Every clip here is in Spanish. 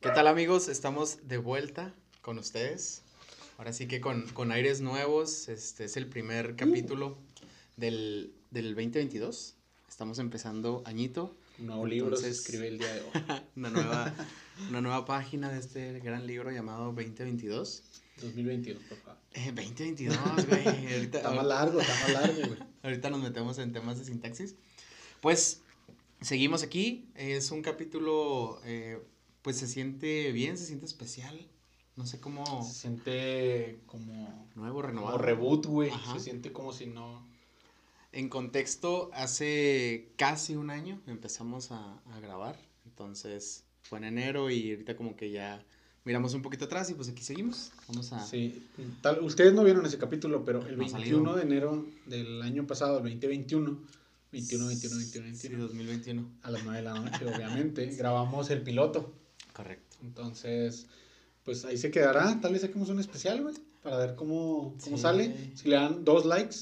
¿Qué tal, amigos? Estamos de vuelta con ustedes. Ahora sí que con aires nuevos. Este es el primer capítulo del 2022. Estamos empezando añito. Un nuevo libro se escribe el día de hoy. una nueva página de este gran libro llamado 2022. 2022, por favor. 2022, güey. Está más largo, güey. Ahorita nos metemos en temas de sintaxis. Pues seguimos aquí. Es un capítulo, pues se siente bien, se siente especial. No sé cómo. Se siente como Nuevo, renovado. Como reboot, güey. Ajá. Se siente como si no. En contexto, hace casi un año empezamos a grabar. Entonces fue en enero y ahorita como que ya miramos un poquito atrás y pues aquí seguimos. Vamos a. Sí, ustedes no vieron ese capítulo, pero el No ha 21 salido. de enero del año pasado, el 2021. 21. Sí, 2021. A las 9 de la noche, obviamente, grabamos el piloto. Correcto. Entonces, pues ahí se quedará. Tal vez saquemos un especial, güey, para ver cómo Sí. sale. Si le dan 2 likes.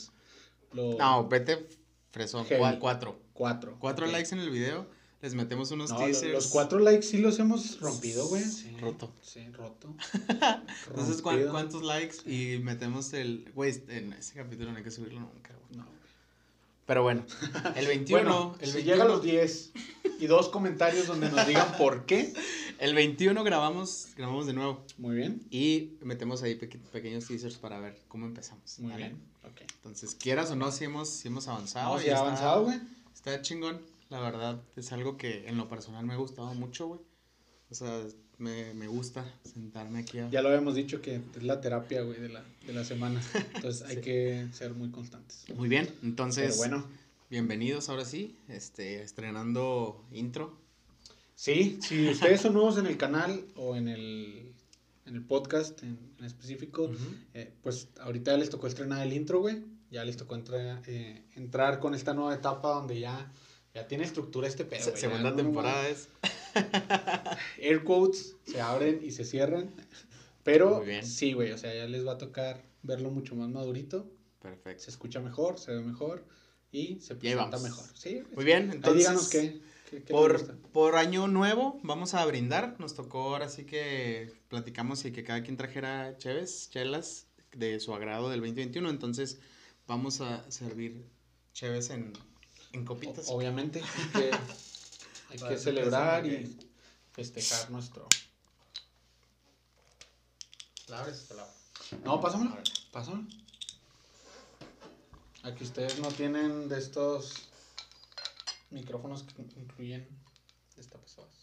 No, vete fresón. Heavy. 4. 4 Okay. Likes en el video. Les metemos unos no, teasers. Los 4 likes sí los hemos rompido, güey. Sí, roto. Sí, roto. Entonces, ¿cuántos likes? Y metemos el. Güey, en ese capítulo no hay que subirlo nunca, güey. No. Pero bueno, el 21. Bueno, el si 21, llega a los 10 y 2 comentarios donde nos digan por qué. El 21 grabamos de nuevo. Muy bien. Y metemos ahí pequeños teasers para ver cómo empezamos. Muy ¿vale? bien. Okay. Entonces, quieras o no, si hemos avanzado. No, sí ha avanzado, güey. Está chingón. La verdad, es algo que en lo personal me ha gustado mucho, güey. O sea, me gusta sentarme aquí Ya lo habíamos dicho que es la terapia, güey, de la semana. Entonces hay que ser muy constantes. Muy bien, entonces, pero bueno, bienvenidos ahora sí, estrenando intro. Sí, si ustedes son nuevos en el canal o en el podcast en específico, pues ahorita ya les tocó estrenar el intro, güey. Ya les tocó entrar con esta nueva etapa donde ya tiene estructura este pedo, güey. Segunda temporada es. Air quotes se abren y se cierran. Pero Muy bien. Sí, güey, o sea, ya les va a tocar verlo mucho más madurito. Perfecto. Se escucha mejor, se ve mejor y se presenta mejor. Sí, muy bien, entonces. Ahí díganos qué por año nuevo vamos a brindar. Nos tocó ahora sí que platicamos y que cada quien trajera chelas de su agrado del 2021. Entonces vamos a servir cheves en copitas. Obviamente hay que celebrar y festejar nuestro. ¿La abres o te la abro? No, pásamelo. Aquí ustedes no tienen de estos micrófonos que incluyen destapasodas.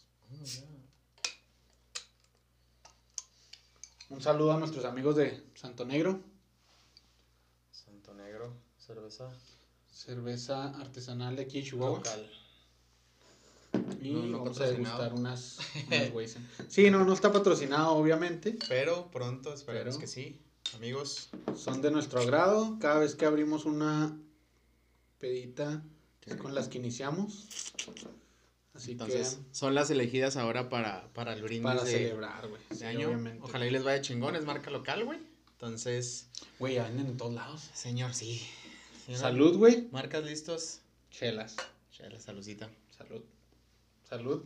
Un saludo a nuestros amigos de Santo Negro. Santo Negro, cerveza artesanal de aquí, Chihuahua. Local. Y no vamos a degustar unas Weizen. Sí, no está patrocinado, obviamente. Pero pronto esperemos que sí. Amigos, son de nuestro agrado. Cada vez que abrimos una pedita es con las que iniciamos. Así entonces, que son las elegidas ahora para el brindis para celebrar, güey. De año. Obviamente. Ojalá y les vaya chingón, es marca local, güey. Entonces, güey, ya venden en todos lados. Señor, sí. Señor, salud, güey. Marcas listos. Chelas, saludcita. Salud.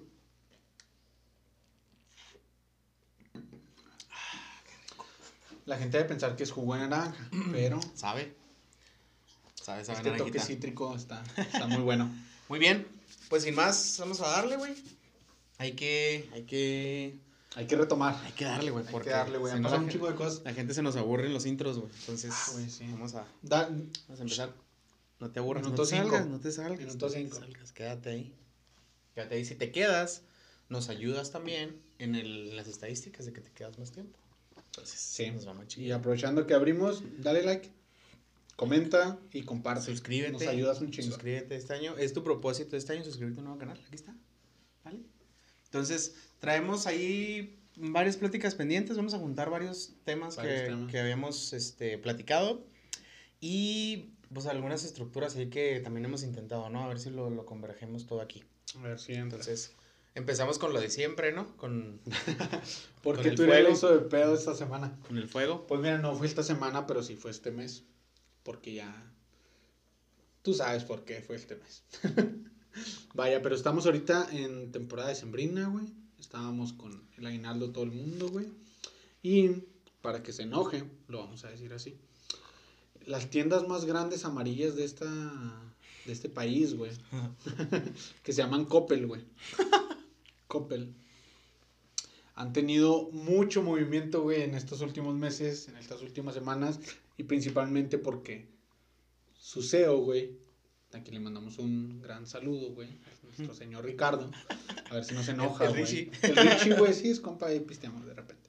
La gente debe pensar que es jugo de naranja, pero sabe este naranjita. Toque cítrico está muy bueno. Muy bien, pues sin más, vamos a darle, güey. Hay que retomar. Hay que darle, güey. Han pasado un chico de cosas. La gente se nos aburre en los intros, güey. Entonces, güey, sí. vamos a empezar. No te aburras, Minuto 5. No te salgas. Minuto 5. Quédate ahí. Si te quedas, nos ayudas también en las estadísticas de que te quedas más tiempo. Entonces, sí. Nos va muy chido. Y aprovechando que abrimos, dale like, comenta y comparte. Suscríbete. Nos ayudas un chingo. Suscríbete este año. Es tu propósito de este año, suscribirte a un nuevo canal. Aquí está. ¿Vale? Entonces, traemos ahí varias pláticas pendientes. Vamos a juntar varios temas que habíamos platicado. Y pues algunas estructuras ahí que también hemos intentado, ¿no? A ver si lo convergemos todo aquí. A ver si entonces empezamos con lo de siempre, ¿no? ¿Por qué tú le hizo de pedo esta semana? Con el fuego. Pues mira, no fue esta semana, pero sí fue este mes. Porque ya tú sabes por qué fue este mes. Vaya, pero estamos ahorita en temporada decembrina, güey. estábamos con el aguinaldo todo el mundo, güey. Y para que se enoje, lo vamos a decir así. Las tiendas más grandes amarillas de este país, güey, que se llaman Coppel, güey. Coppel. Han tenido mucho movimiento, güey, en estos últimos meses, en estas últimas semanas, y principalmente porque su CEO, güey, aquí le mandamos un gran saludo, güey, a nuestro señor Ricardo, a ver si no se enoja, güey. El Richie, güey, sí es compa y pisteamos de repente.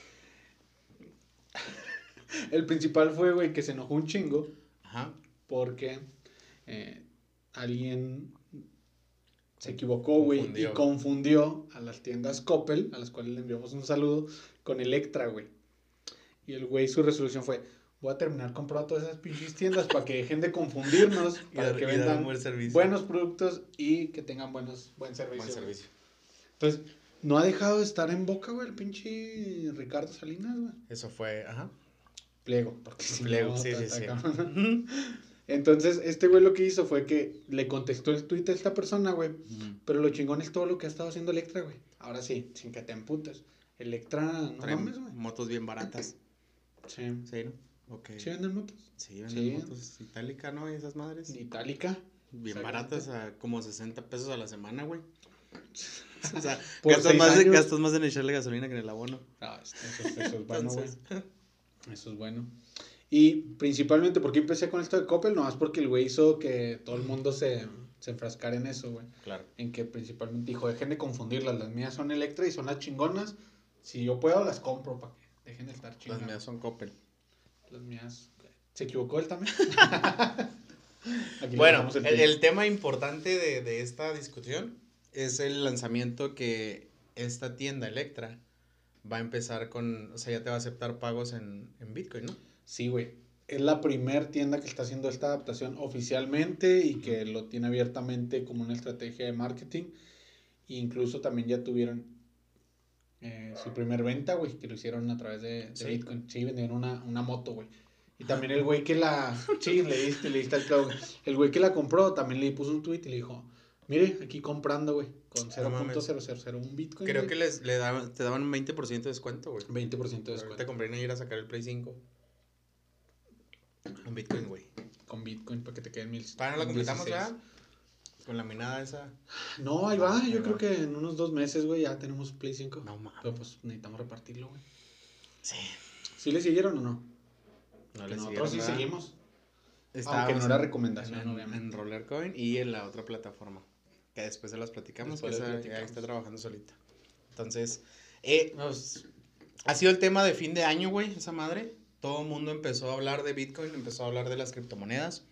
El principal fue, güey, que se enojó un chingo. Ajá. Porque alguien se equivocó, güey, y confundió a las tiendas Coppel, a las cuales le enviamos un saludo, con Electra, güey. Y el güey, su resolución fue, voy a terminar comprando todas esas pinches tiendas para que dejen de confundirnos, para que vendan buenos productos y que tengan buen servicio. Buen servicio. Entonces, no ha dejado de estar en boca, güey, el pinche Ricardo Salinas, güey. Eso fue, ajá. Pliego, porque si Pliego, no, sí. Entonces, este güey lo que hizo fue que le contestó el tweet a esta persona, güey. Pero lo chingón es todo lo que ha estado haciendo Electra, güey. Ahora sí, sin que te emputes. Electra, no mames, güey. Motos bien baratas. Sí. Sí, ¿no? Okay. ¿Sí venden motos? Sí, venden motos. Itálica, ¿no? Y esas madres. Itálica. Bien baratas, a como 60 pesos a la semana, güey. O sea, gastas más en echarle gasolina que en el abono. Ah, eso es bueno, güey. Eso es bueno. Y principalmente, ¿por qué empecé con esto de Coppel? No, es porque el güey hizo que todo el mundo se enfrascara en eso, güey. Claro. En que principalmente dijo, dejen de confundirlas. Las mías son Electra y son las chingonas. Si yo puedo, las compro para que dejen de estar chingadas. Las mías son Coppel. Las mías... ¿Se equivocó él también? Bueno, el tema importante de esta discusión es el lanzamiento que esta tienda Electra va a empezar con, o sea, ya te va a aceptar pagos en Bitcoin, ¿no? Sí, güey. Es la primer tienda que está haciendo esta adaptación oficialmente y que lo tiene abiertamente como una estrategia de marketing. E incluso también ya tuvieron su primer venta, güey, que lo hicieron a través de Bitcoin. Sí, vendieron una moto, güey. Y también el güey que la... Sí, le diste al clavo. El güey que la compró también le puso un tweet y le dijo... Mire, aquí comprando, güey, con 0.0001 Bitcoin. Creo que te daban un 20% de descuento, güey. 20% de descuento. Te compré y ir a sacar el Play 5. Con Bitcoin, güey. Con Bitcoin, para que te queden 1000. ¿Para no la completamos ya? Con la minada esa. No, ahí va. Yo creo que en unos 2 meses, güey, ya tenemos Play 5. No mames. Pero pues necesitamos repartirlo, güey. Sí. ¿Sí le siguieron o no? No le siguieron. Nosotros sí seguimos. Aunque no era recomendación, obviamente. En Rollercoin y en la otra plataforma. Que después se las platicamos, que ya está trabajando solita. Entonces, ha sido el tema de fin de año, güey, esa madre. Todo el mundo empezó a hablar de Bitcoin, empezó a hablar de las criptomonedas.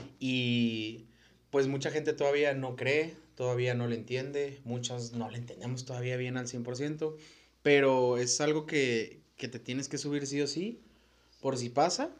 Y pues mucha gente todavía no cree, todavía no le entiende. Muchas no le entendemos todavía bien al 100%. Pero es algo que te tienes que subir sí o sí. Por si pasa,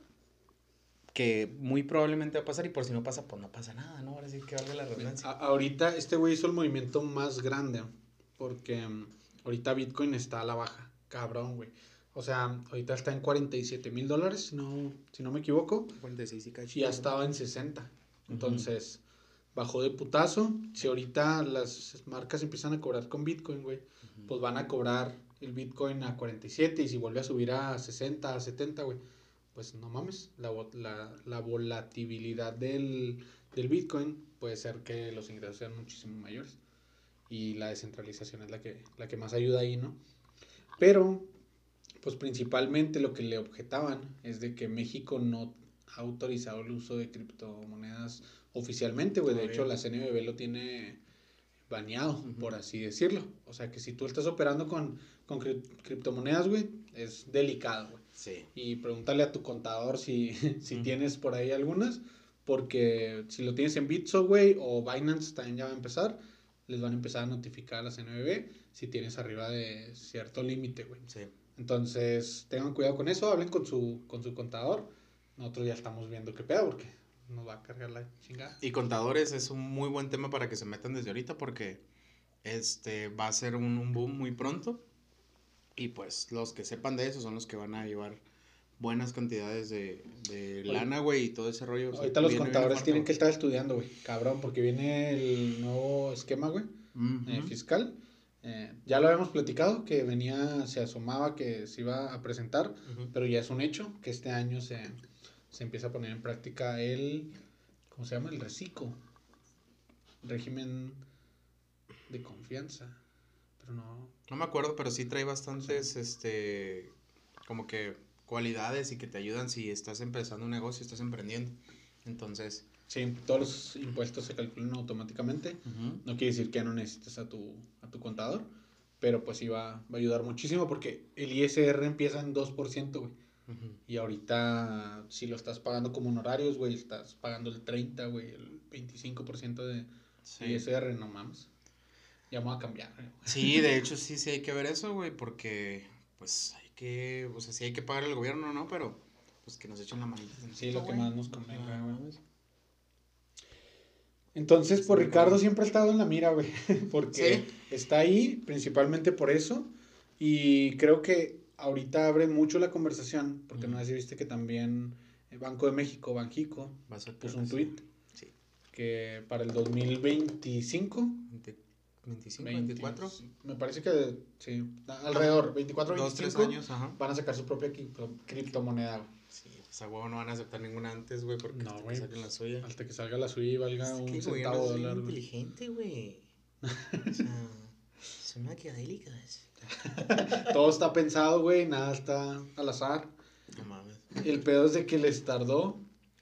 que muy probablemente va a pasar, y por si no pasa, pues no pasa nada, ¿no? Ahora sí que valga la redundancia. Ahorita este güey hizo el movimiento más grande, porque ahorita Bitcoin está a la baja, cabrón, güey. O sea, ahorita está en $47,000, si no me equivoco. 46 y cacho. Y ya estaba en 60. Entonces, bajó de putazo. Si ahorita las marcas empiezan a cobrar con Bitcoin, güey, pues van a cobrar el Bitcoin a 47, y si vuelve a subir a 60, a 70, güey, pues no mames, la volatilidad del Bitcoin puede ser que los ingresos sean muchísimo mayores. Y la descentralización es la que más ayuda ahí, ¿no? Pero, pues principalmente lo que le objetaban es de que México no ha autorizado el uso de criptomonedas oficialmente, güey. De hecho, la CNBV lo tiene baneado, por así decirlo. O sea, que si tú estás operando con criptomonedas, güey, es delicado, güey. Sí. Y pregúntale a tu contador si tienes por ahí algunas, porque si lo tienes en Bitso, güey, o Binance también ya va a empezar, les van a empezar a notificar a la CNBV si tienes arriba de cierto límite, güey. Sí. Entonces, tengan cuidado con eso, hablen con su contador. Nosotros ya estamos viendo qué pedo, porque nos va a cargar la chingada. Y contadores es un muy buen tema para que se metan desde ahorita, porque va a ser un boom muy pronto. Y pues los que sepan de eso son los que van a llevar buenas cantidades de lana, güey, y todo ese rollo. Ahorita los contadores tienen que estar estudiando, güey, cabrón, porque viene el nuevo esquema, güey, fiscal. Ya lo habíamos platicado, que se asomaba que se iba a presentar, pero ya es un hecho que este año se empieza a poner en práctica ¿cómo se llama? El RECICO, régimen de confianza, pero no. No me acuerdo, pero sí trae bastantes, como que cualidades y que te ayudan si estás empezando un negocio, estás emprendiendo. Entonces... Sí, todos los impuestos se calculan automáticamente. No quiere decir que ya no necesites a tu contador, pero pues sí va a ayudar muchísimo porque el ISR empieza en 2%, güey. Y ahorita, si lo estás pagando como honorarios, güey, estás pagando el 30, güey, el 25% de ISR, no mames. Ya me voy a cambiar, güey. Sí, de hecho sí hay que ver eso, güey, porque pues sí hay que pagar al gobierno, ¿no? Pero pues que nos echen la manita. Sí, lo que más nos convenga, güey. Entonces, pues Ricardo siempre ha estado en la mira, güey, porque está ahí principalmente por eso, y creo que ahorita abre mucho la conversación, porque no sé si viste que también Banco de México, Banjico, puso un tuit que para el 2025, 25, 24, me parece que sí, alrededor, 24, 25, 2-3 años, van a sacar su propia criptomoneda, güey. Sí, pues a huevo no van a aceptar ninguna antes, güey, porque no, hasta que saquen la suya. Hasta que salga la suya y valga un centavo de dólar, güey. Inteligente, güey. O sea, son maquiavélicas. Todo está pensado, güey, nada está al azar. No mames. El pedo es de que les tardó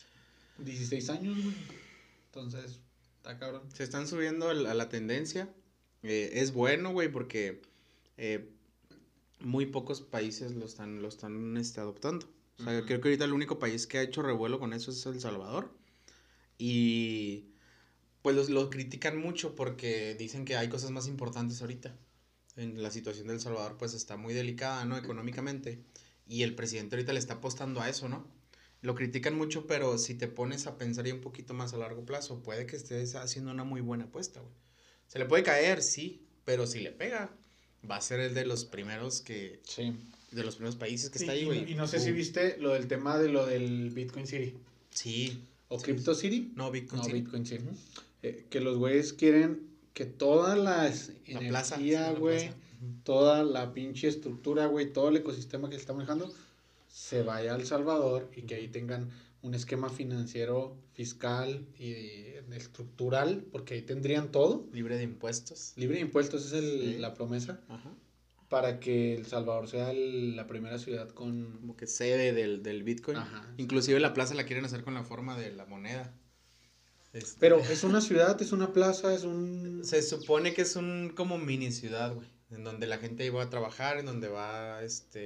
16 años, güey. Entonces, está cabrón. Se están subiendo a la tendencia. Es bueno, güey, porque muy pocos países lo están adoptando. O sea, creo que ahorita el único país que ha hecho revuelo con eso es El Salvador. Y pues lo critican mucho porque dicen que hay cosas más importantes ahorita. En la situación de El Salvador pues está muy delicada, ¿no? Económicamente. Y el presidente ahorita le está apostando a eso, ¿no? Lo critican mucho, pero si te pones a pensar ya un poquito más a largo plazo, puede que estés haciendo una muy buena apuesta, güey. Se le puede caer, sí, pero si le pega, va a ser el de los primeros que... Sí. De los primeros países que está ahí, güey. Y no sé si viste lo del tema de lo del Bitcoin City. Sí. ¿O Crypto City? No, Bitcoin City. Bitcoin City. Que los güeyes quieren que toda la energía, güey, toda la pinche estructura, güey, todo el ecosistema que se está manejando, se vaya a El Salvador y que ahí tengan un esquema financiero, fiscal y estructural, porque ahí tendrían todo. Libre de impuestos. Libre de impuestos es la promesa. Ajá. Para que El Salvador sea la primera ciudad con... Como que sede del Bitcoin. Ajá. Inclusive la plaza la quieren hacer con la forma de la moneda. Pero es una ciudad, es una plaza, es un... Se supone que es un como mini ciudad, güey. En donde la gente va a trabajar, en donde va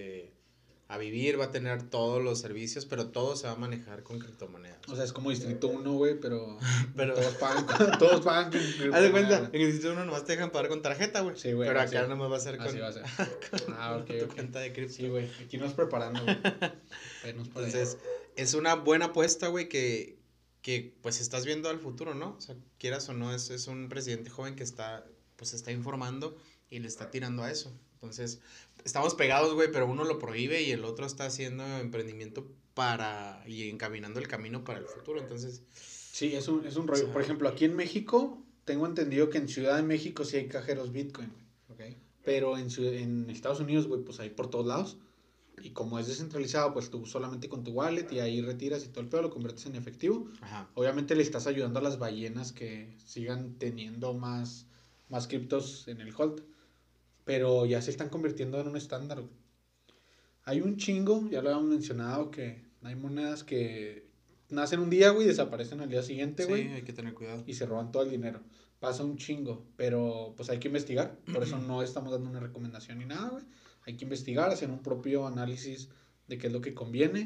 a vivir, va a tener todos los servicios, pero todo se va a manejar con criptomonedas. O sea, es como Distrito 1, güey, pero todos pagan con criptomonedas. Haz de cuenta, en el Distrito 1 nomás te dejan pagar con tarjeta, güey. Sí, güey. Pero acá nomás va a ser así va a ser. con tu cuenta de cripto. Sí, güey, aquí nos preparando, güey. Entonces, es una buena apuesta, güey, que pues estás viendo al futuro, ¿no? O sea, quieras o no, es un presidente joven que está informando y le está tirando a eso. Entonces, estamos pegados, güey, pero uno lo prohíbe y el otro está haciendo emprendimiento y encaminando el camino para el futuro. Entonces, sí, es un rollo. O sea, por ejemplo, aquí en México, tengo entendido que en Ciudad de México sí hay cajeros Bitcoin, güey. Okay. Pero en Estados Unidos, güey, pues hay por todos lados. Y como es descentralizado, pues tú solamente con tu wallet y ahí retiras y todo el pedo lo conviertes en efectivo. Ajá. Obviamente le estás ayudando a las ballenas que sigan teniendo más criptos en el hold. Pero ya se están convirtiendo en un estándar, güey. Hay un chingo, ya lo habíamos mencionado, que hay monedas que nacen un día, güey, y desaparecen al día siguiente, güey. Sí, hay que tener cuidado. Y se roban todo el dinero. Pasa un chingo, pero pues hay que investigar. Por eso no estamos dando una recomendación ni nada, güey. Hay que investigar, hacer un propio análisis de qué es lo que conviene.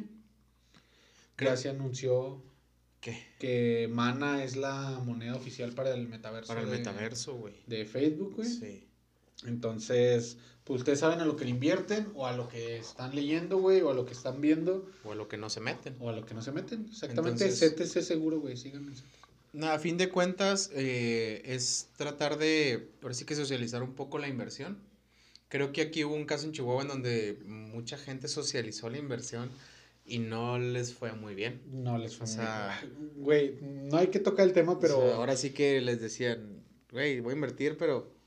Ya se anunció que Mana es la moneda oficial para el metaverso. Para el metaverso, güey. De Facebook, güey. Sí. Entonces, pues ustedes saben a lo que le invierten, o a lo que están leyendo, güey, o a lo que están viendo. O a lo que no se meten. Exactamente. Entonces, CTC seguro, güey, síganme. A fin de cuentas, es tratar de, ahora sí que socializar un poco la inversión. Creo que aquí hubo un caso en Chihuahua en donde mucha gente socializó la inversión y no les fue muy bien. No les fue muy bien. Güey, no hay que tocar el tema, pero... O sea, ahora sí que les decían, güey, voy a invertir, pero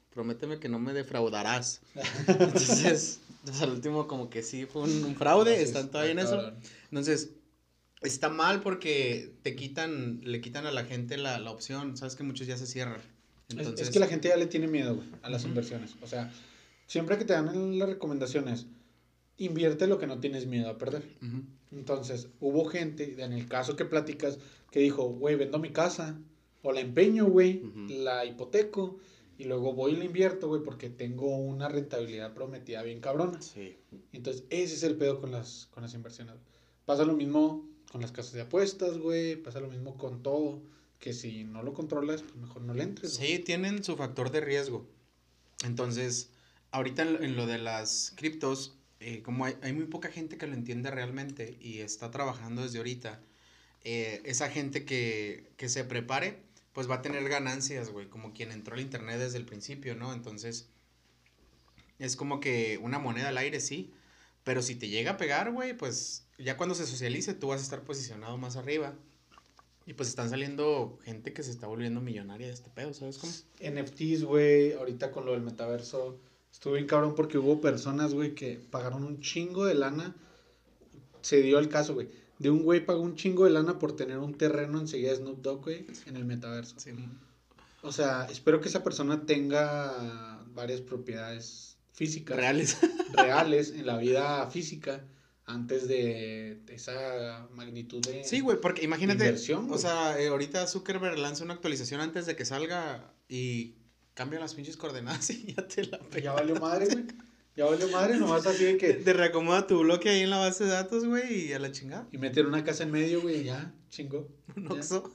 prométeme que no me defraudarás. Entonces, pues, al último como que sí fue un fraude, entonces, están todavía en eso. Entonces, está mal porque le quitan a la gente la opción, sabes que muchos ya se cierran. Entonces, es que la gente ya le tiene miedo, güey, a las inversiones. O sea, siempre que te dan las recomendaciones, invierte lo que no tienes miedo a perder. Entonces, hubo gente, en el caso que platicas, que dijo, güey, vendo mi casa, o la empeño, güey, la hipoteco, y luego voy y la invierto, güey, porque tengo una rentabilidad prometida bien cabrona. Sí. Entonces, ese es el pedo con las inversiones. Pasa lo mismo con las casas de apuestas, güey, pasa lo mismo con todo, que si no lo controlas, pues mejor no le entres. Sí, güey. Tienen su factor de riesgo. Entonces, ahorita en lo de las criptos, como hay muy poca gente que lo entiende realmente y está trabajando desde ahorita, esa gente que se prepare, pues va a tener ganancias, güey, como quien entró al internet desde el principio, ¿no? Entonces, es como que una moneda al aire, sí, pero si te llega a pegar, güey, pues ya cuando se socialice tú vas a estar posicionado más arriba. Y pues están saliendo gente que se está volviendo millonaria de este pedo, ¿sabes cómo? NFTs, güey, ahorita con lo del metaverso, estuvo bien cabrón porque hubo personas, güey, que pagaron un chingo de lana. Se dio el caso, güey, de un güey pagó un chingo de lana por tener un terreno enseguida de Snoop Dogg, güey, en el metaverso. Sí. O sea, espero que esa persona tenga varias propiedades físicas. Reales en la vida física. Antes de esa magnitud de sí, güey, porque imagínate, inversión, o sea, ahorita Zuckerberg lanza una actualización antes de que salga y cambia las pinches coordenadas y ya te la pega. Ya valió madre, güey. Ya valió madre, nomás así de que... Te reacomoda tu bloque ahí en la base de datos, güey, y a la chingada. Y meter una casa en medio, güey, ya, chingó. Un Oxxo.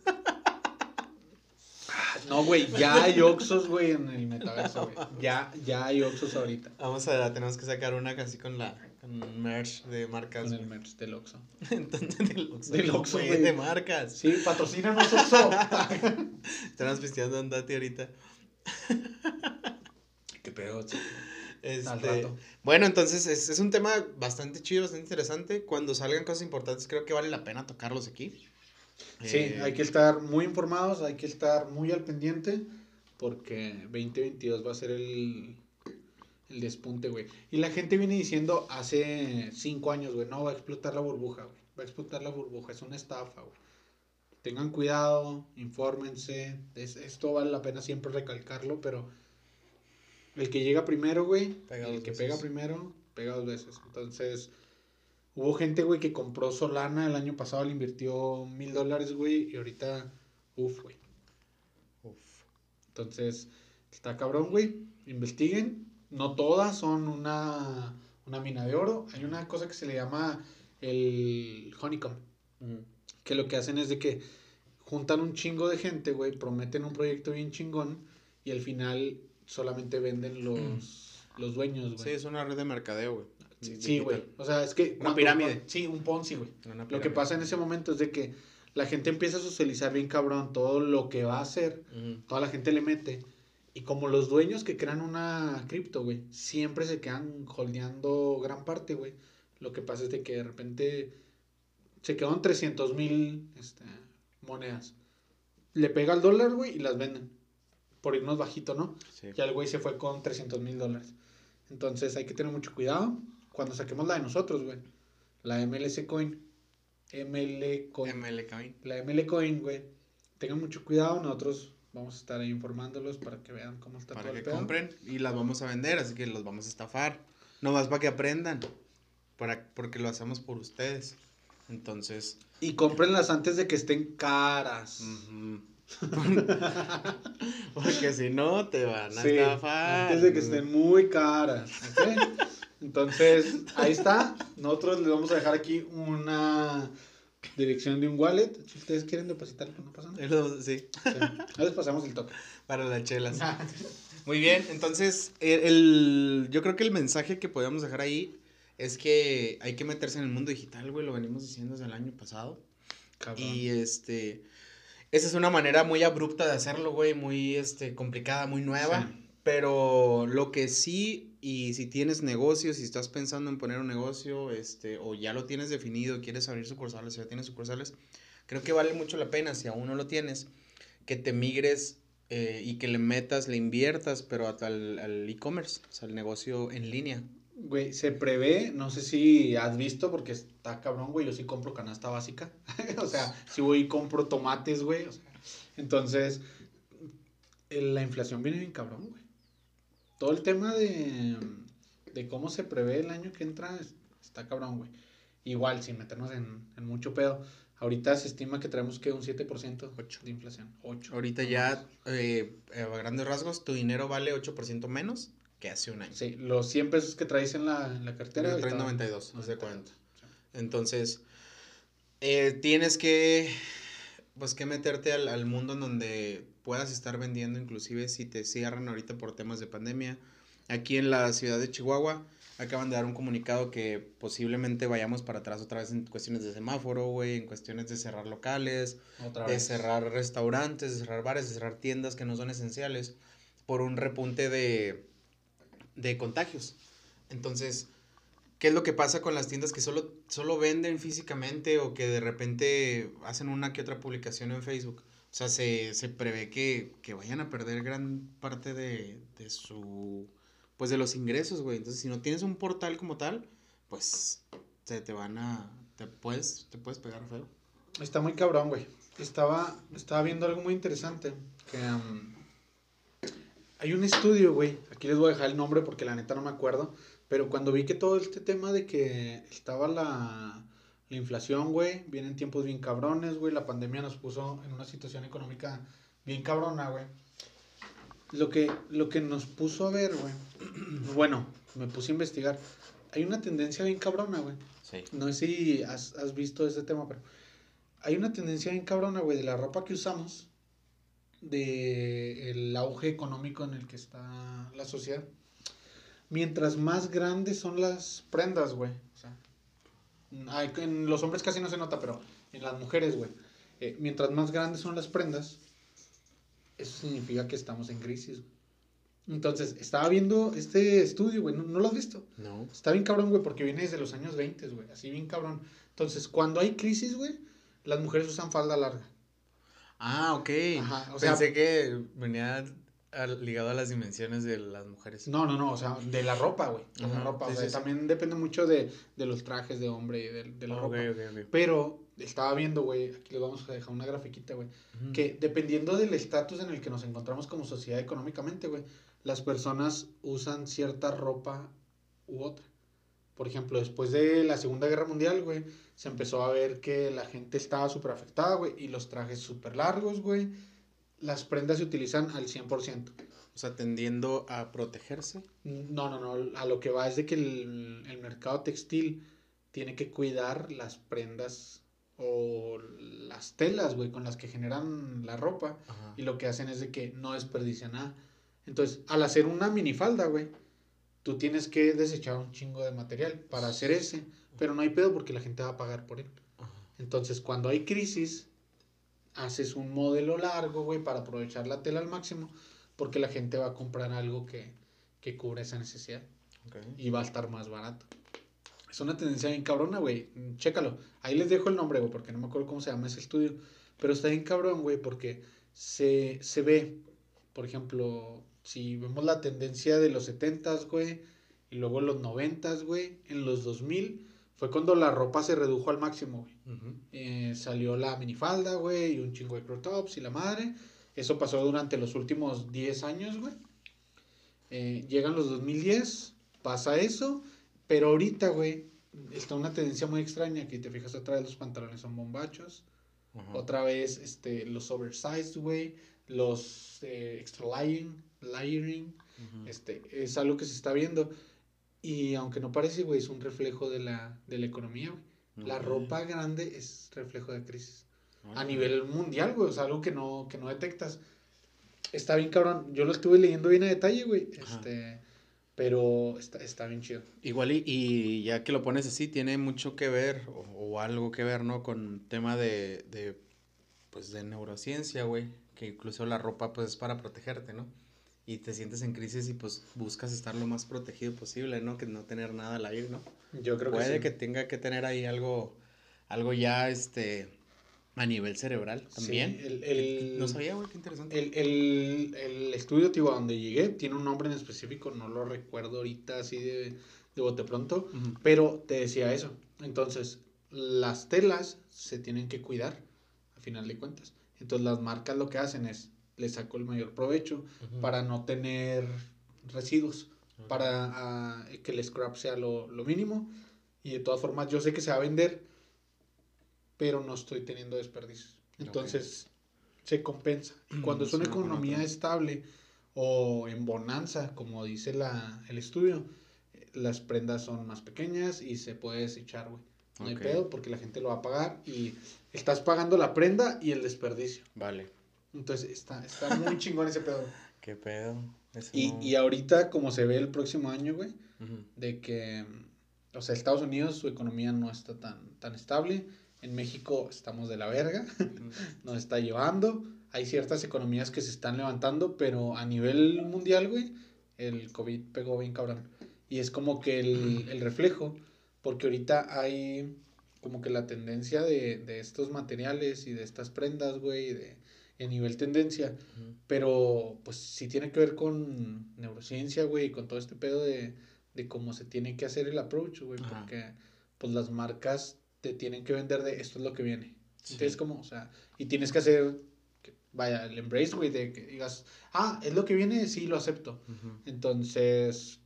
No, güey, ya hay Oxxos, güey, en el metaverso, güey. Ya hay Oxxos ahorita. Tenemos que sacar una casi con merch de marcas. Con el merch del Oxxo. Entonces, del Oxxo. Del Oxxo, güey. De marcas. Sí, patrocínanos, Oxxo. Estamos pisteando un date ahorita. Qué pedo, chico. Al rato. Bueno, entonces es un tema bastante chido, bastante interesante. Cuando salgan cosas importantes, creo que vale la pena tocarlos aquí. Sí, hay que estar muy informados, hay que estar muy al pendiente, porque 2022 va a ser el despunte, güey. Y la gente viene diciendo hace 5 años, güey, no, va a explotar la burbuja, güey. Va a explotar la burbuja, es una estafa, güey. Tengan cuidado, infórmense. Esto vale la pena siempre recalcarlo, pero el que llega primero, güey, el que pega primero, pega 2 veces. Entonces... Hubo gente, güey, que compró Solana el año pasado, le invirtió $1,000, güey, y ahorita, güey. Entonces, está cabrón, güey. Investiguen. No todas son una mina de oro. Hay una cosa que se le llama el honeycomb. Que lo que hacen es de que juntan un chingo de gente, güey, prometen un proyecto bien chingón y al final solamente venden los dueños, güey. Sí, es una red de mercadeo, güey. Sí, güey. O sea, es que... Una pirámide. Sí, un Ponzi, güey. Lo que pasa en ese momento es de que la gente empieza a socializar bien cabrón todo lo que va a hacer. Toda la gente le mete. Y como los dueños que crean una cripto, güey, siempre se quedan holdeando gran parte, güey. Lo que pasa es de que de repente se quedan 300,000 monedas. Le pega al dólar, güey, y las venden. Por irnos bajito, ¿no? Sí. Ya el güey se fue con $300,000. Entonces hay que tener mucho cuidado. Cuando saquemos la de nosotros, güey. La MLC Coin. ML Coin. La ML Coin, güey. Tengan mucho cuidado. Nosotros vamos a estar ahí informándolos para que vean cómo está todo el pedo. Para que compren y las vamos a vender, así que los vamos a estafar. Nomás para que aprendan. Porque lo hacemos por ustedes. Entonces... Y cómprenlas antes de que estén caras. Porque si no, te van a estafar. Antes de que estén muy caras. ¿Okay? Entonces, ahí está. Nosotros les vamos a dejar aquí una dirección de un wallet. Si ustedes quieren depositar, no pasa nada. Sí. Ahí les pasamos el toque. Para las chelas. Muy bien, entonces, yo creo que el mensaje que podemos dejar ahí es que hay que meterse en el mundo digital, güey. Lo venimos diciendo desde el año pasado. Cabrón. Y esa es una manera muy abrupta de hacerlo, güey. Muy complicada, muy nueva. Sí. Pero lo que sí, y si tienes negocios, si estás pensando en poner un negocio, o ya lo tienes definido, quieres abrir sucursales, o ya tienes sucursales, creo que vale mucho la pena, si aún no lo tienes, que te migres y que le metas, le inviertas, pero al e-commerce, o sea, el negocio en línea. Güey, se prevé, no sé si has visto, porque está cabrón, güey, yo sí compro canasta básica. O sea, si voy y compro tomates, güey. O sea, entonces, la inflación viene bien cabrón, güey. Todo el tema de cómo se prevé el año que entra está cabrón, güey. Igual, sin meternos en mucho pedo. Ahorita se estima que traemos que un 7% 8. de inflación. 8. Ahorita no ya, mames. a grandes rasgos, tu dinero vale 8% menos que hace un año. Sí, los 100 pesos que traes en la cartera. Yo traes estaban 92, haz de cuenta. Sí. Entonces, tienes pues, que meterte al mundo en donde puedas estar vendiendo, inclusive si te cierran ahorita por temas de pandemia. Aquí en la ciudad de Chihuahua acaban de dar un comunicado que posiblemente vayamos para atrás otra vez en cuestiones de semáforo, güey, en cuestiones de cerrar locales, de cerrar restaurantes, de cerrar bares, de cerrar tiendas que no son esenciales por un repunte de contagios. Entonces, ¿qué es lo que pasa con las tiendas que solo venden físicamente o que de repente hacen una que otra publicación en Facebook? O sea, se prevé que vayan a perder gran parte de pues de los ingresos, güey. Entonces, si no tienes un portal como tal, pues te puedes pegar feo. Está muy cabrón, güey. Estaba viendo algo muy interesante. Que hay un estudio, güey. Aquí les voy a dejar el nombre porque la neta no me acuerdo. Pero cuando vi que todo este tema de que estaba la inflación, güey. Vienen tiempos bien cabrones, güey. La pandemia nos puso en una situación económica bien cabrona, güey. Lo que nos puso a ver, güey. Bueno, me puse a investigar. Hay una tendencia bien cabrona, güey. Sí. No sé si has visto ese tema, pero hay una tendencia bien cabrona, güey, de la ropa que usamos, de el auge económico en el que está la sociedad. Mientras más grandes son las prendas, güey. O sea, en los hombres casi no se nota, pero en las mujeres, güey. Mientras más grandes son las prendas, eso significa que estamos en crisis, güey. Entonces, estaba viendo este estudio, güey. ¿No lo has visto? No. Está bien cabrón, güey, porque viene desde los años 20, güey. Así bien cabrón. Entonces, cuando hay crisis, güey, las mujeres usan falda larga. Ah, ok. Ajá, o Pensé sea, que venía ligado a las dimensiones de las mujeres. no, o sea, de la ropa, güey. De la Ajá, ropa, sí, o sea, sí, sí. también depende mucho de los trajes de hombre y de la ropa. Ok. Pero estaba viendo, güey, aquí les vamos a dejar una grafiquita, güey, que dependiendo del estatus en el que nos encontramos como sociedad económicamente, güey, las personas usan cierta ropa u otra. Por ejemplo, después de la Segunda Guerra Mundial, güey, se empezó a ver que la gente estaba súper afectada, güey, y los trajes súper largos, güey. Las prendas se utilizan al 100%. O sea, tendiendo a protegerse. No, a lo que va es de que el mercado textil tiene que cuidar las prendas o las telas, güey, con las que generan la ropa. Ajá. Y lo que hacen es de que no desperdician nada. Entonces, al hacer una minifalda, güey, tú tienes que desechar un chingo de material para hacer ese. Pero no hay pedo porque la gente va a pagar por él. Ajá. Entonces, cuando hay crisis, haces un modelo largo, güey, para aprovechar la tela al máximo. Porque la gente va a comprar algo que cubra esa necesidad. Okay. Y va a estar más barato. Es una tendencia bien cabrona, güey. Chécalo. Ahí les dejo el nombre, güey, porque no me acuerdo cómo se llama ese estudio. Pero está bien cabrón, güey, porque se ve, por ejemplo, si vemos la tendencia de los 70s, güey, y luego los 90s, güey, en los 2000 fue cuando la ropa se redujo al máximo, güey. Salió la minifalda, güey, y un chingo de crop tops y la madre. Eso pasó durante los últimos 10 años, güey. Llegan los 2010, pasa eso, pero ahorita, güey, está una tendencia muy extraña que te fijas otra vez los pantalones son bombachos, otra vez los oversized, güey, los extra layering, es algo que se está viendo y aunque no parece, güey, es un reflejo de la economía, güey. La ropa grande es reflejo de crisis. A nivel mundial, güey, o sea, algo que no detectas. Está bien cabrón. Yo lo estuve leyendo bien a detalle, güey. Pero está bien chido. Igual y ya que lo pones así, tiene mucho que ver o algo que ver, ¿no? Con tema pues de neurociencia, güey. Que incluso la ropa pues es para protegerte, ¿no? Y te sientes en crisis y pues buscas estar lo más protegido posible, ¿no? Que no tener nada al aire, ¿no? Yo creo que sí. Puede que tenga que tener ahí algo ya, A nivel cerebral también. Sí, no sabía, güey, qué interesante. El estudio, tío, a donde llegué, tiene un nombre en específico, no lo recuerdo ahorita así de bote pronto, pero te decía eso. Entonces, las telas se tienen que cuidar, a final de cuentas. Entonces, las marcas lo que hacen es, le saco el mayor provecho para no tener residuos, para que el scrap sea lo mínimo. Y de todas formas, yo sé que se va a vender, pero no estoy teniendo desperdicios. Entonces, se compensa. Y cuando es una economía estable o en bonanza, como dice el estudio, las prendas son más pequeñas y se puede desechar, güey. No hay pedo porque la gente lo va a pagar y estás pagando la prenda y el desperdicio. Vale. Entonces, está muy chingón ese pedo. ¿Qué pedo? Y ahorita, como se ve el próximo año, güey, de que, o sea, Estados Unidos, su economía no está tan estable. En México estamos de la verga, nos está llevando. Hay ciertas economías que se están levantando, pero a nivel mundial, güey, el COVID pegó bien cabrón. Y es como que el reflejo, porque ahorita hay como que la tendencia de estos materiales y de estas prendas, güey, en nivel tendencia, pero pues sí tiene que ver con neurociencia, güey, y con todo este pedo de cómo se tiene que hacer el approach, güey, porque pues las marcas te tienen que vender de esto es lo que viene. Sí. Entonces, como, o sea, y tienes que hacer, vaya, el embrace, güey, de que digas, es lo que viene, sí, lo acepto. Entonces,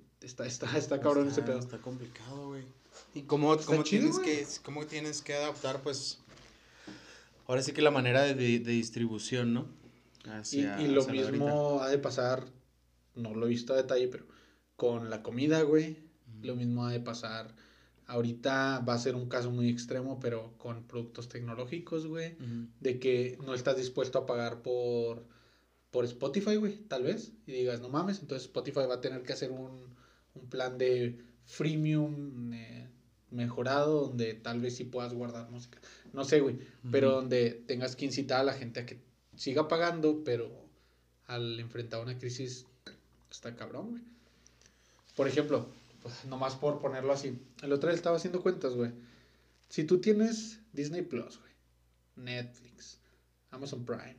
está cabrón ese pedo. Está complicado, güey. ¿Y cómo tienes que adaptar, pues, ahora sí que la manera de distribución, ¿no? Y lo mismo ha de pasar, no lo he visto a detalle, pero con la comida, güey, lo mismo ha de pasar. Ahorita va a ser un caso muy extremo, pero con productos tecnológicos, güey, de que no estás dispuesto a pagar por Spotify, güey, tal vez, y digas, no mames, entonces Spotify va a tener que hacer un plan de freemium mejorado, donde tal vez sí puedas guardar música. No sé, güey, pero donde tengas que incitar a la gente a que siga pagando, pero al enfrentar una crisis está cabrón, güey. Por ejemplo, pues, nomás por ponerlo así, el otro día estaba haciendo cuentas, güey. Si tú tienes Disney Plus, güey, Netflix, Amazon Prime,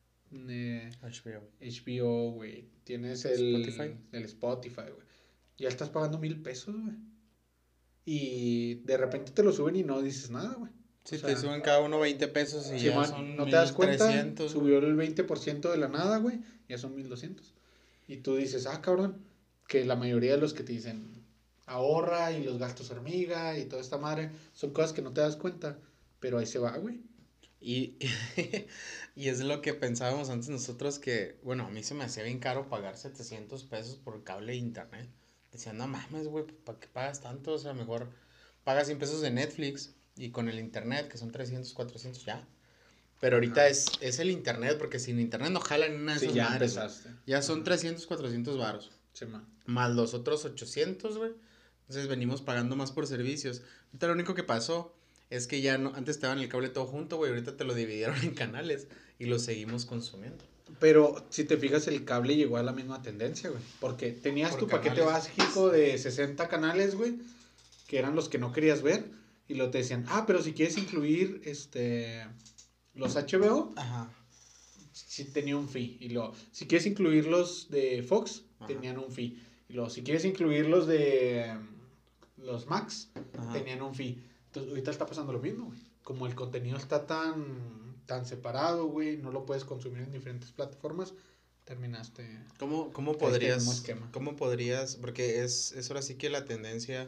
HBO, güey, tienes el Spotify, güey, ya estás pagando $1,000, güey. Y de repente te lo suben y no dices nada, güey. Sí, o sea, te suben cada uno 20 pesos y ya son no te das cuenta, subió el 20% de la nada, güey, ya son 1,200. Y tú dices, cabrón, que la mayoría de los que te dicen ahorra y los gastos hormiga y toda esta madre, son cosas que no te das cuenta, pero ahí se va, güey. Y es lo que pensábamos antes nosotros que, bueno, a mí se me hacía bien caro pagar 700 pesos por cable de internet. Decían, no mames, güey, ¿para qué pagas tanto? O sea, mejor pagas 100 pesos de Netflix y con el internet, que son 300, 400 ya. Pero ahorita es el internet, porque sin internet no jalan una de esas madres. Ya son 300, 400 varos. Sí, más los otros 800, güey. Entonces venimos pagando más por servicios. Ahorita lo único que pasó es que ya no, antes estaban el cable todo junto, güey. Ahorita te lo dividieron en canales y lo seguimos consumiendo. Pero si te fijas, el cable llegó a la misma tendencia, güey. Porque tenías tu paquete básico de 60 canales, güey, que eran los que no querías ver. Y lo te decían, pero si quieres incluir los HBO, sí tenía un fee. Y si quieres incluir los de Fox, tenían un fee. Y si quieres incluir los de los Max, tenían un fee. Entonces, ahorita está pasando lo mismo, güey. Como el contenido está tan separado, güey, no lo puedes consumir en diferentes plataformas, terminaste. ¿Cómo podrías, porque es ahora sí que la tendencia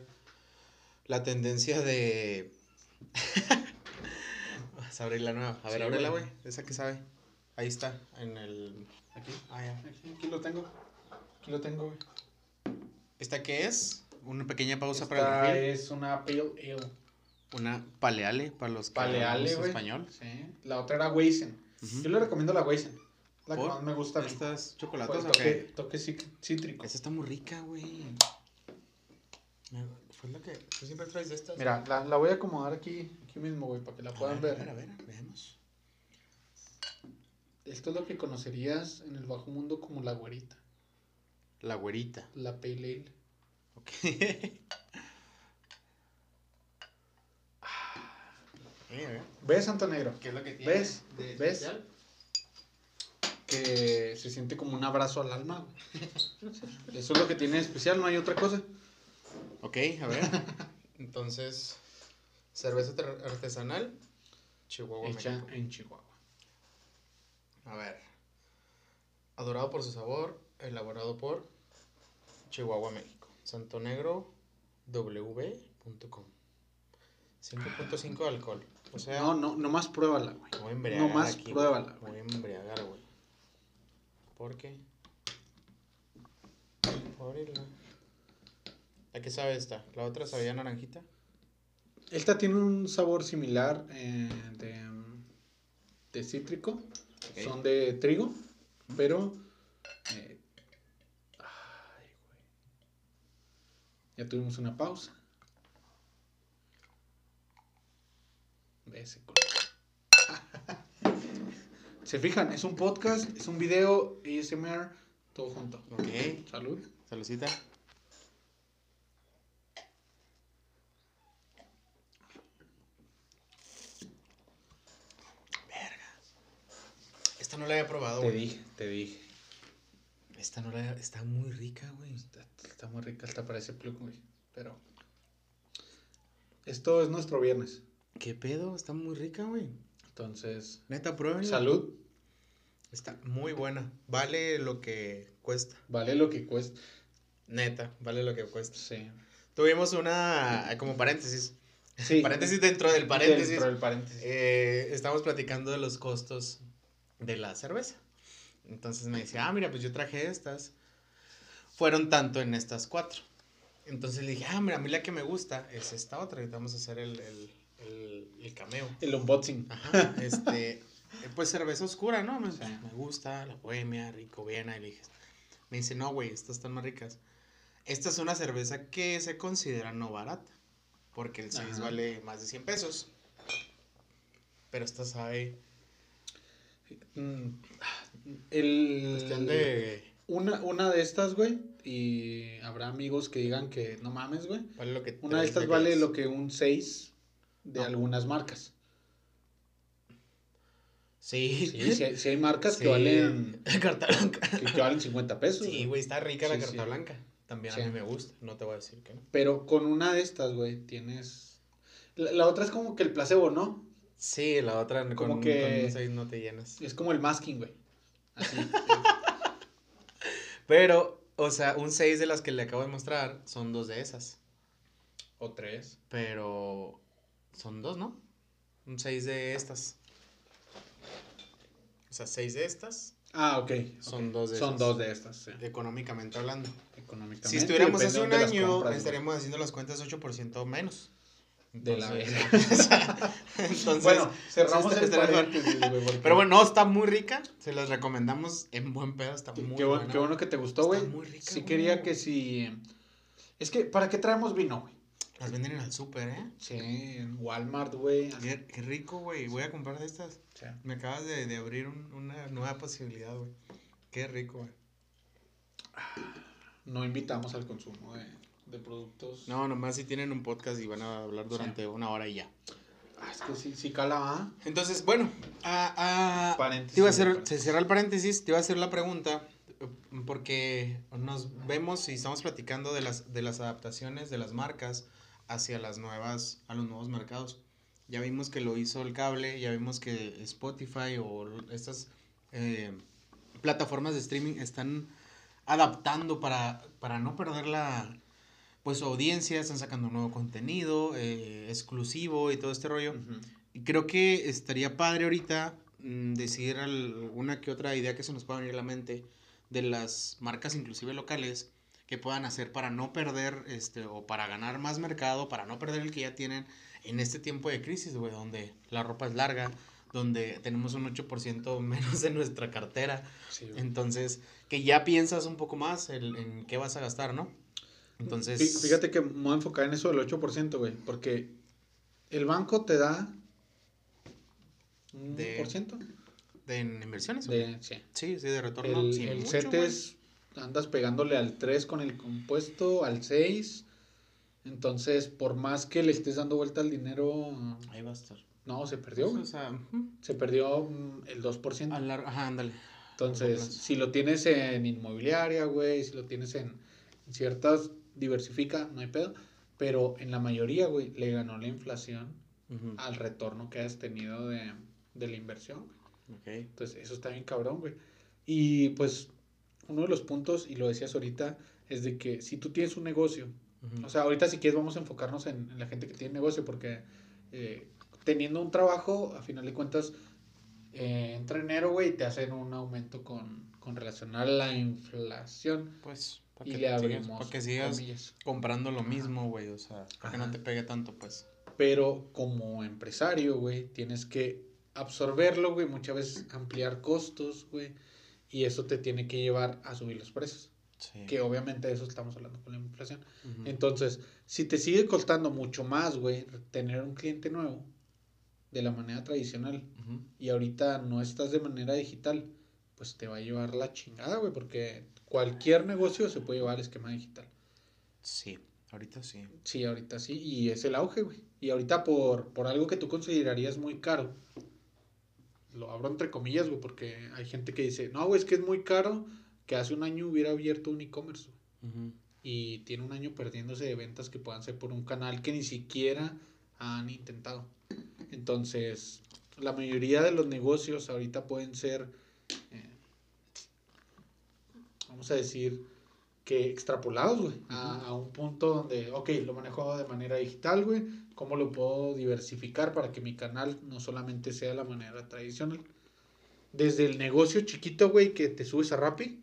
de vas a abrir la nueva. A ver, ábrela, güey. Esa que sabe. Ahí está, en el... Aquí. Ya. Aquí lo tengo, güey. ¿Esta qué es? Una pequeña pausa para el refil. Es una Pale Ale. Una Paleale, para los que hablamos español. Sí. La otra era Weizen. Yo le recomiendo la Weizen. La que más me gusta a mí. ¿Estas chocolates o qué? Toque cítrico. Esa está muy rica, güey. Fue la que... ¿Tú siempre traes de estas? Mira, la voy a acomodar aquí mismo, güey, para que la puedan ver. A ver, veamos. Esto es lo que conocerías en el bajo mundo como la güerita. La güerita. La Pale Ale. Ok. a ver. ¿Ves, Santo Negro? ¿Qué es lo que tiene? ¿Ves? Especial? Que se siente como un abrazo al alma. Eso es lo que tiene de especial, no hay otra cosa. Ok, a ver. Entonces, cerveza artesanal, Chihuahua, hecha México. en Chihuahua. A ver. Adorado por su sabor, elaborado por Chihuahua, México. santonegro.w.com 5.5 de alcohol. O sea, no, nomás pruébala, güey. Voy a embriagar nomás aquí, pruébala, güey. Voy a embriagar, güey. ¿Por qué? Voy a abrirla. ¿A qué sabe esta? ¿La otra sabía naranjita? Esta tiene un sabor similar de cítrico. Okay. Son de trigo, pero... ay, güey. Ya tuvimos una pausa. Ve ese color. Se fijan, es un podcast, es un video, ASMR, todo junto. Ok. Salud. Saludcita. Esta no la había probado, güey. Te dije. Esta no la... Está muy rica, güey. Está muy rica, hasta parece plug, güey. Pero... esto es nuestro viernes. ¿Qué pedo? Está muy rica, güey. Entonces... neta, pruébenla. Salud. Está muy buena. Vale lo que cuesta. Vale lo que cuesta. Neta, vale lo que cuesta. Sí. Tuvimos una... como paréntesis. Sí. Paréntesis dentro del paréntesis. Dentro del paréntesis. Estamos platicando de los costos de la cerveza. Entonces me decía, mira, pues yo traje estas. Fueron tanto en estas 4. Entonces le dije, mira, a mí la que me gusta es esta otra. Y vamos a hacer el cameo. El unboxing. Ajá, pues cerveza oscura, ¿no? Me gusta, la bohemia, rico, Viena. Y le dije, me dice, no, güey, estas están más ricas. Esta es una cerveza que se considera no barata. Porque el 6 vale más de 100 pesos. Pero esta sabe... cuestión de... Una de estas, güey, y habrá amigos que digan que no mames, güey. Vale lo que una de estas vale lo que un 6 de algunas marcas. Sí. Sí hay marcas que valen... carta blanca. Que valen 50 pesos. Sí, güey, está rica la carta blanca. También a mí me gusta, no te voy a decir que no. Pero con una de estas, güey, tienes... La otra es como que el placebo, ¿no? Sí, la otra como con que un 6 no te llenas. Es como el masking, güey. Así. Pero, o sea, un 6 de las que le acabo de mostrar son 2 de esas. O 3. Pero son 2, ¿no? Un 6 de estas. O sea, 6 de estas. Ok. Son 2 de esas. Son 2 de estas, sí. Económicamente hablando. Económicamente. Si estuviéramos hace un año, estaríamos haciendo las cuentas 8% menos. Entonces, de la vez. Entonces, bueno, cerramos el paréntesis, güey. Porque... pero bueno, no, está muy rica. Se las recomendamos en buen pedo. Está muy buena. Qué bueno que te gustó, güey. Está muy rica. Sí, quería que si. Es que, ¿para qué traemos vino, güey? Las venden en el súper, ¿eh? Sí, en Walmart, güey. Qué rico, güey. Voy a comprar de estas. Sí. Me acabas de abrir una nueva posibilidad, güey. Qué rico, güey. No invitamos al consumo de productos. No, nomás si tienen un podcast y van a hablar durante una hora y ya. Es que sí cala, Entonces, bueno, paréntesis, te iba a hacer, se cierra el paréntesis, te iba a hacer la pregunta, porque nos vemos y estamos platicando de las adaptaciones de las marcas hacia a los nuevos mercados. Ya vimos que lo hizo el cable, ya vimos que Spotify o estas plataformas de streaming están adaptando para no perder su audiencia, están sacando nuevo contenido exclusivo y todo este rollo. Y creo que estaría padre ahorita decir alguna que otra idea que se nos pueda venir a la mente de las marcas inclusive locales que puedan hacer para no perder o para ganar más mercado, para no perder el que ya tienen en este tiempo de crisis, güey, donde la ropa es larga, donde tenemos un 8% menos en nuestra cartera. Sí, entonces, que ya piensas un poco más en qué vas a gastar, ¿no? Entonces... Fíjate que me voy a enfocar en eso del 8%, güey, porque el banco te da un ¿%? ¿En inversiones? Sí, de retorno. El CETES andas pegándole al 3 con el compuesto, al 6, Entonces, por más que le estés dando vuelta al dinero... Ahí va a estar. No, se perdió, pues, o sea, se perdió el 2%. Ajá, ándale. Entonces, si lo tienes en inmobiliaria, güey, si lo tienes en ciertas, diversifica, no hay pedo. Pero en la mayoría, güey, le ganó la inflación al retorno que has tenido de la inversión, güey. Okay. Entonces, eso está bien cabrón, güey. Y pues, uno de los puntos, y lo decías ahorita, es de que si tú tienes un negocio, o sea, ahorita si quieres vamos a enfocarnos en la gente que tiene negocio, porque teniendo un trabajo, a final de cuentas, entra enero, güey, y te hacen un aumento con relación a la inflación. Pues, y le abrimos para que sigas comillas. comprando lo mismo, güey, o sea, para que no te pegue tanto, pues. Pero como empresario, güey, tienes que absorberlo, güey, muchas veces ampliar costos, güey, y eso te tiene que llevar a subir los precios. Sí. Que obviamente de eso estamos hablando con la inflación. Entonces, si te sigue costando mucho más, güey, tener un cliente nuevo de la manera tradicional y ahorita no estás de manera digital, pues te va a llevar la chingada, güey, porque cualquier negocio se puede llevar al esquema digital. Sí, ahorita sí. Sí, ahorita sí, y es el auge, güey. Y ahorita por algo que tú considerarías muy caro, lo abro entre comillas, güey, porque hay gente que dice, no, güey, es que es muy caro, que hace un año hubiera abierto un e-commerce, güey. Y tiene un año perdiéndose de ventas que puedan ser por un canal que ni siquiera han intentado. Entonces, la mayoría de los negocios ahorita pueden ser, vamos a decir, que extrapolados, güey, a un punto donde, ok, lo manejo de manera digital, güey, ¿cómo lo puedo diversificar para que mi canal no solamente sea la manera tradicional? Desde el negocio chiquito, güey, que te subes a Rappi,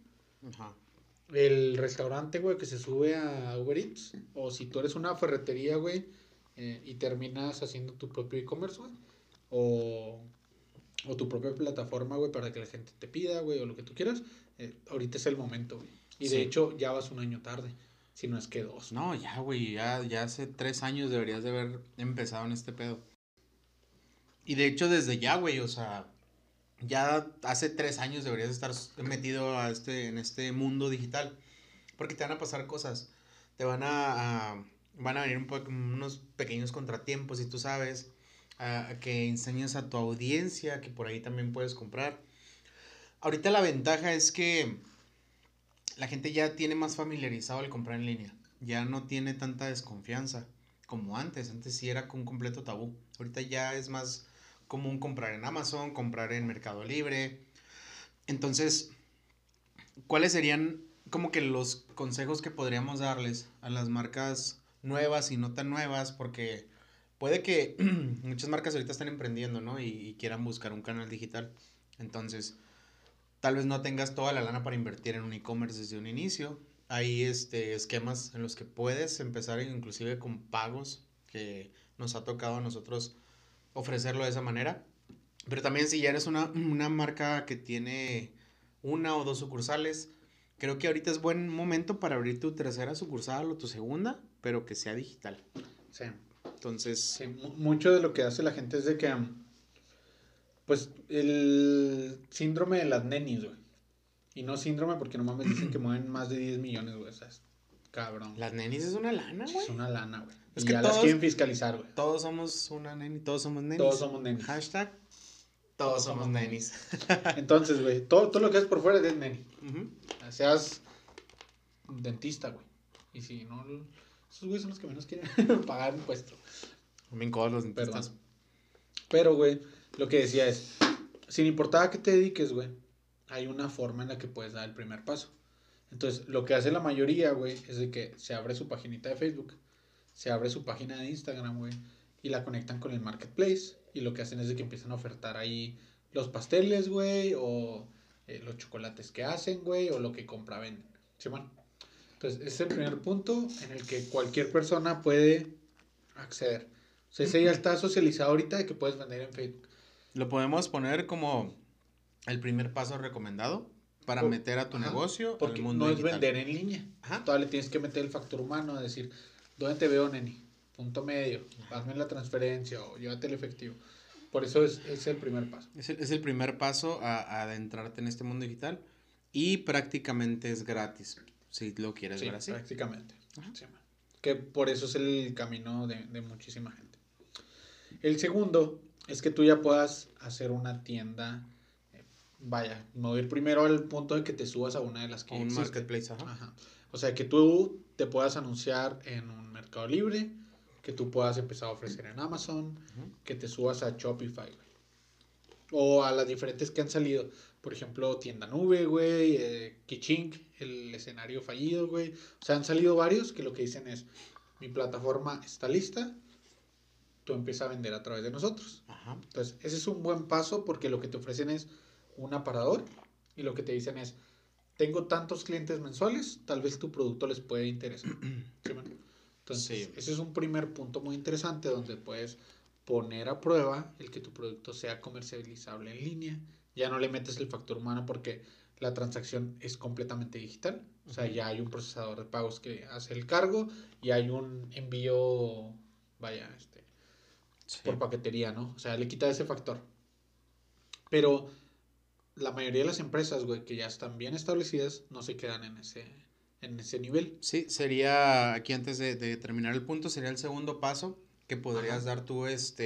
el restaurante, güey, que se sube a Uber Eats, o si tú eres una ferretería, güey, y terminas haciendo tu propio e-commerce, güey, o tu propia plataforma, güey, para que la gente te pida, güey, o lo que tú quieras, ahorita es el momento, güey. Y de hecho, ya vas un año tarde, si no es que 2. No, ya, güey, ya hace 3 años deberías de haber empezado en este pedo. Y de hecho, desde ya, güey, o sea, ya hace 3 años deberías estar metido en este mundo digital. Porque te van a pasar cosas. Te van a venir unos pequeños contratiempos, y tú sabes, que enseñes a tu audiencia que por ahí también puedes comprar. Ahorita la ventaja es que la gente ya tiene más familiarizado el comprar en línea. Ya no tiene tanta desconfianza como antes. Antes sí era un completo tabú. Ahorita ya es más común comprar en Amazon, comprar en Mercado Libre. Entonces, ¿cuáles serían como que los consejos que podríamos darles a las marcas nuevas y no tan nuevas? Porque puede que muchas marcas ahorita están emprendiendo, ¿no? Y quieran buscar un canal digital. Entonces, tal vez no tengas toda la lana para invertir en un e-commerce desde un inicio. Hay esquemas en los que puedes empezar inclusive con pagos, que nos ha tocado a nosotros ofrecerlo de esa manera. Pero también si ya eres una marca que tiene 1 o 2 sucursales, creo que ahorita es buen momento para abrir tu tercera sucursal o tu segunda, pero que sea digital. Sí. Entonces... Sí, mucho de lo que hace la gente es de que... pues el síndrome de las nenis, güey. Y no síndrome porque no mames dicen que mueven más de 10 millones, güey. O sea, es cabrón. Las nenis es una lana, güey. Es una lana, güey. Es y que ya todos, las quieren fiscalizar, güey. Todos somos una neni, todos somos nenis. Todos somos nenis. Hashtag, todos somos nenis. Entonces, güey, todo lo que haces por fuera es neni. Seas dentista, güey. Y si no, esos güeyes son los que menos quieren pagar impuestos. Me encojo los dentistas. Perdón. Pero, güey, lo que decía es, sin importar a qué te dediques, güey, hay una forma en la que puedes dar el primer paso. Entonces, lo que hace la mayoría, güey, es de que se abre su paginita de Facebook, se abre su página de Instagram, güey, y la conectan con el marketplace. Y lo que hacen es de que empiezan a ofertar ahí los pasteles, güey, o los chocolates que hacen, güey, o lo que venden. ¿Sí, man? Entonces, ese es el primer punto en el que cualquier persona puede acceder. O sea, ese ya está socializado ahorita de que puedes vender en Facebook. Lo podemos poner como el primer paso recomendado para meter a tu negocio porque al mundo no digital. Es vender en línea. Todavía le tienes que meter el factor humano, a decir, ¿dónde te veo, neni? Punto medio, hazme la transferencia o llévate el efectivo. Por eso es el primer paso. Es el primer paso a adentrarte en este mundo digital, y prácticamente es gratis, si lo quieres ver así. Prácticamente. Sí, Que por eso es el camino de muchísima gente. El segundo es que tú ya puedas hacer una tienda. Vaya, me voy a ir primero al punto de que te subas a una de las que un existen. marketplace, ajá. Ajá. O sea, que tú te puedas anunciar en un Mercado Libre, que tú puedas empezar a ofrecer en Amazon, que te subas a Shopify, güey. O a las diferentes que han salido. Por ejemplo, Tienda Nube, güey, Kichink, el escenario fallido, güey. O sea, han salido varios que lo que dicen es, mi plataforma está lista, tú empiezas a vender a través de nosotros. Ajá. Entonces, ese es un buen paso porque lo que te ofrecen es un aparador y lo que te dicen es, tengo tantos clientes mensuales, tal vez tu producto les puede interesar. ¿Sí, man? Entonces, Sí. ese es un primer punto muy interesante donde puedes poner a prueba el que tu producto sea comercializable en línea. Ya no le metes el factor humano porque la transacción es completamente digital. O sea, ya hay un procesador de pagos que hace el cargo y hay un envío, vaya, Sí. por paquetería, ¿no? O sea, le quita ese factor. Pero la mayoría de las empresas, güey, que ya están bien establecidas, no se quedan en ese nivel. Sí, sería, aquí antes de terminar el punto, sería el segundo paso que podrías dar tú,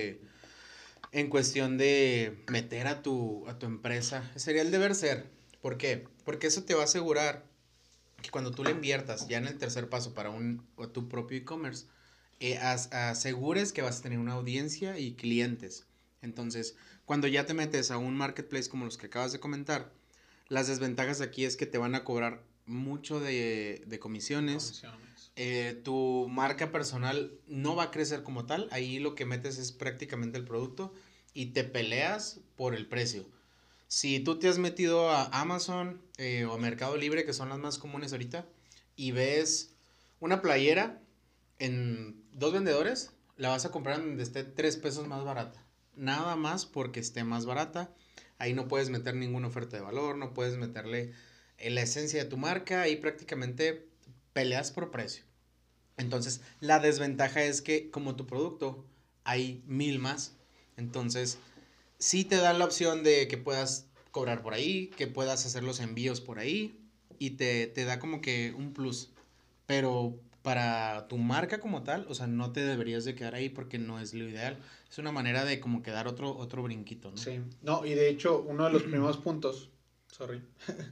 en cuestión de meter a tu empresa. Sería el deber ser. ¿Por qué? Porque eso te va a asegurar que cuando tú le inviertas ya en el tercer paso para tu propio e-commerce, asegures que vas a tener una audiencia y clientes. Entonces, cuando ya te metes a un marketplace como los que acabas de comentar, las desventajas aquí es que te van a cobrar mucho de comisiones. Tu marca personal no va a crecer como tal. Ahí lo que metes es prácticamente el producto y te peleas por el precio. Si tú te has metido a Amazon o a Mercado Libre, que son las más comunes ahorita, y ves una playera en 2 vendedores, la vas a comprar en donde esté 3 pesos más barata. Nada más porque esté más barata. Ahí no puedes meter ninguna oferta de valor, no puedes meterle la esencia de tu marca, ahí prácticamente peleas por precio. Entonces, la desventaja es que como tu producto hay 1000 más. Entonces, sí te dan la opción de que puedas cobrar por ahí, que puedas hacer los envíos por ahí y te da como que un plus. Pero para tu marca como tal, o sea, no te deberías de quedar ahí porque no es lo ideal. Es una manera de como que dar otro brinquito, ¿no? Sí, no, y de hecho, uno de los primeros puntos, sorry,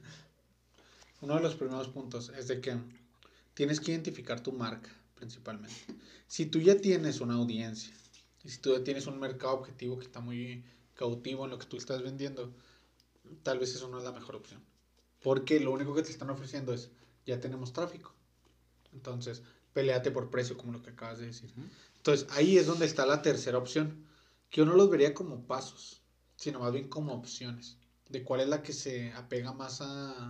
uno de los primeros puntos es de que tienes que identificar tu marca, principalmente. Si tú ya tienes una audiencia, y si tú ya tienes un mercado objetivo que está muy cautivo en lo que tú estás vendiendo, tal vez eso no es la mejor opción. Porque lo único que te están ofreciendo es, ya tenemos tráfico. Entonces, peleate por precio, como lo que acabas de decir. Entonces, ahí es donde está la tercera opción, que yo no los vería como pasos, sino más bien como opciones, de cuál es la que se apega más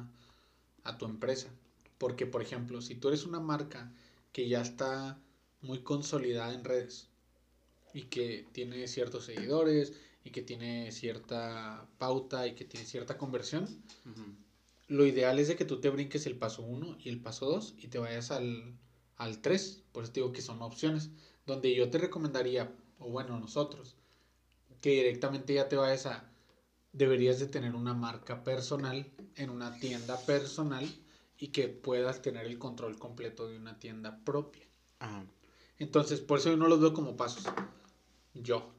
a tu empresa. Porque, por ejemplo, si tú eres una marca que ya está muy consolidada en redes y que tiene ciertos seguidores y que tiene cierta pauta y que tiene cierta conversión, lo ideal es de que tú te brinques el paso 1 y el paso 2 y te vayas al 3. Por eso te digo que son opciones. Donde yo te recomendaría, o bueno, nosotros, que directamente ya te vayas deberías de tener una marca personal en una tienda personal y que puedas tener el control completo de una tienda propia. Ajá. Entonces, por eso yo no los veo como pasos. Yo.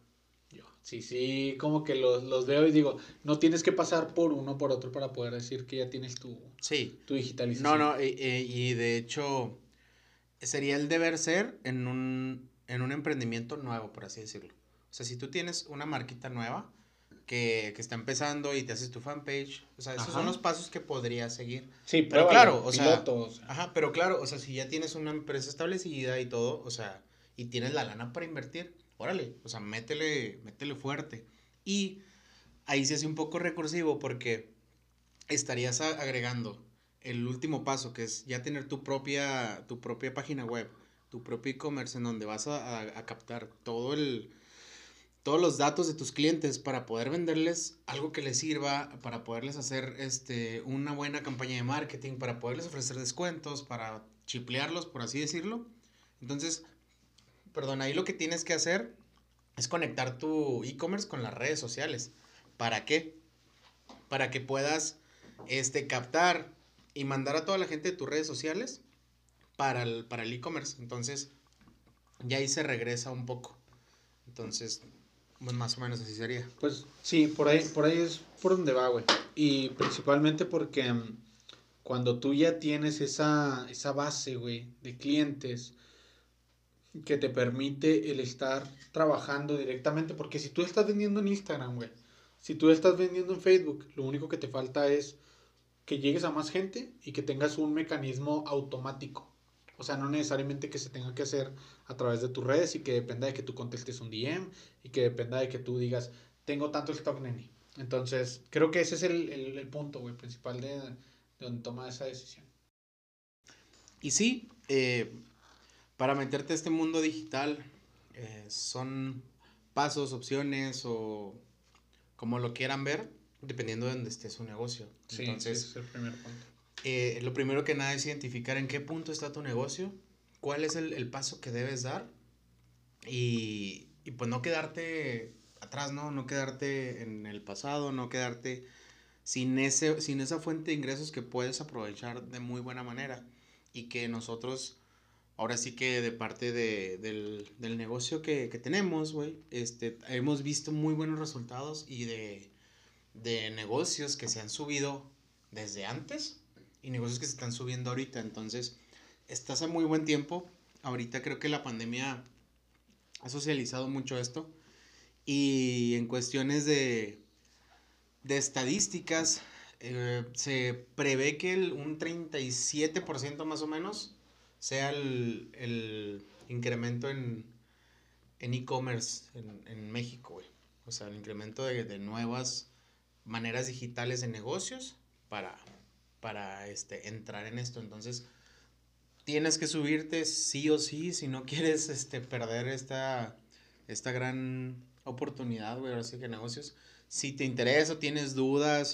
Sí, como que los veo y digo, no tienes que pasar por uno por otro para poder decir que ya tienes tu digitalización. No, y de hecho sería el deber ser en un emprendimiento nuevo, por así decirlo. O sea, si tú tienes una marquita nueva que está empezando y te haces tu fanpage, o sea, esos son los pasos que podrías seguir. Sí, pero claro, o sea, ajá, pero claro, o sea, si ya tienes una empresa establecida y todo, o sea, y tienes la lana para invertir, órale, o sea, métele fuerte. Y ahí se hace un poco recursivo porque estarías agregando el último paso, que es ya tener tu propia página web, tu propio e-commerce en donde vas a captar todos los datos de tus clientes para poder venderles algo que les sirva, para poderles hacer una buena campaña de marketing, para poderles ofrecer descuentos, para chiplearlos, por así decirlo. Entonces, perdón, ahí lo que tienes que hacer es conectar tu e-commerce con las redes sociales. ¿Para qué? Para que puedas captar y mandar a toda la gente de tus redes sociales para el e-commerce. Entonces, ya ahí se regresa un poco. Entonces, pues más o menos así sería. Pues sí, por ahí es por donde va, güey. Y principalmente porque cuando tú ya tienes esa base, güey, de clientes que te permite el estar trabajando directamente, porque si tú estás vendiendo en Instagram, güey, si tú estás vendiendo en Facebook, lo único que te falta es que llegues a más gente y que tengas un mecanismo automático. O sea, no necesariamente que se tenga que hacer a través de tus redes y que dependa de que tú contestes un DM y que dependa de que tú digas, tengo tanto stock, neni. Entonces, creo que ese es el punto, güey, principal de donde toma esa decisión. Y sí, para meterte a este mundo digital, son pasos, opciones o como lo quieran ver, dependiendo de donde esté su negocio. Sí, entonces, ese es el primer punto. Lo primero que nada es identificar en qué punto está tu negocio, cuál es el paso que debes dar y pues no quedarte atrás, ¿no? No quedarte en el pasado, no quedarte sin esa fuente de ingresos que puedes aprovechar de muy buena manera y que nosotros, ahora sí que de parte del negocio que tenemos, güey, hemos visto muy buenos resultados y de negocios que se han subido desde antes y negocios que se están subiendo ahorita. Entonces, estás a muy buen tiempo. Ahorita creo que la pandemia ha socializado mucho esto. Y en cuestiones de estadísticas, se prevé que un 37% más o menos sea el incremento en e-commerce en México, güey. O sea, el incremento de nuevas maneras digitales de negocios para entrar en esto. Entonces, tienes que subirte sí o sí si no quieres perder esta gran oportunidad, güey, ahora sí que negocios. Si te interesa, tienes dudas,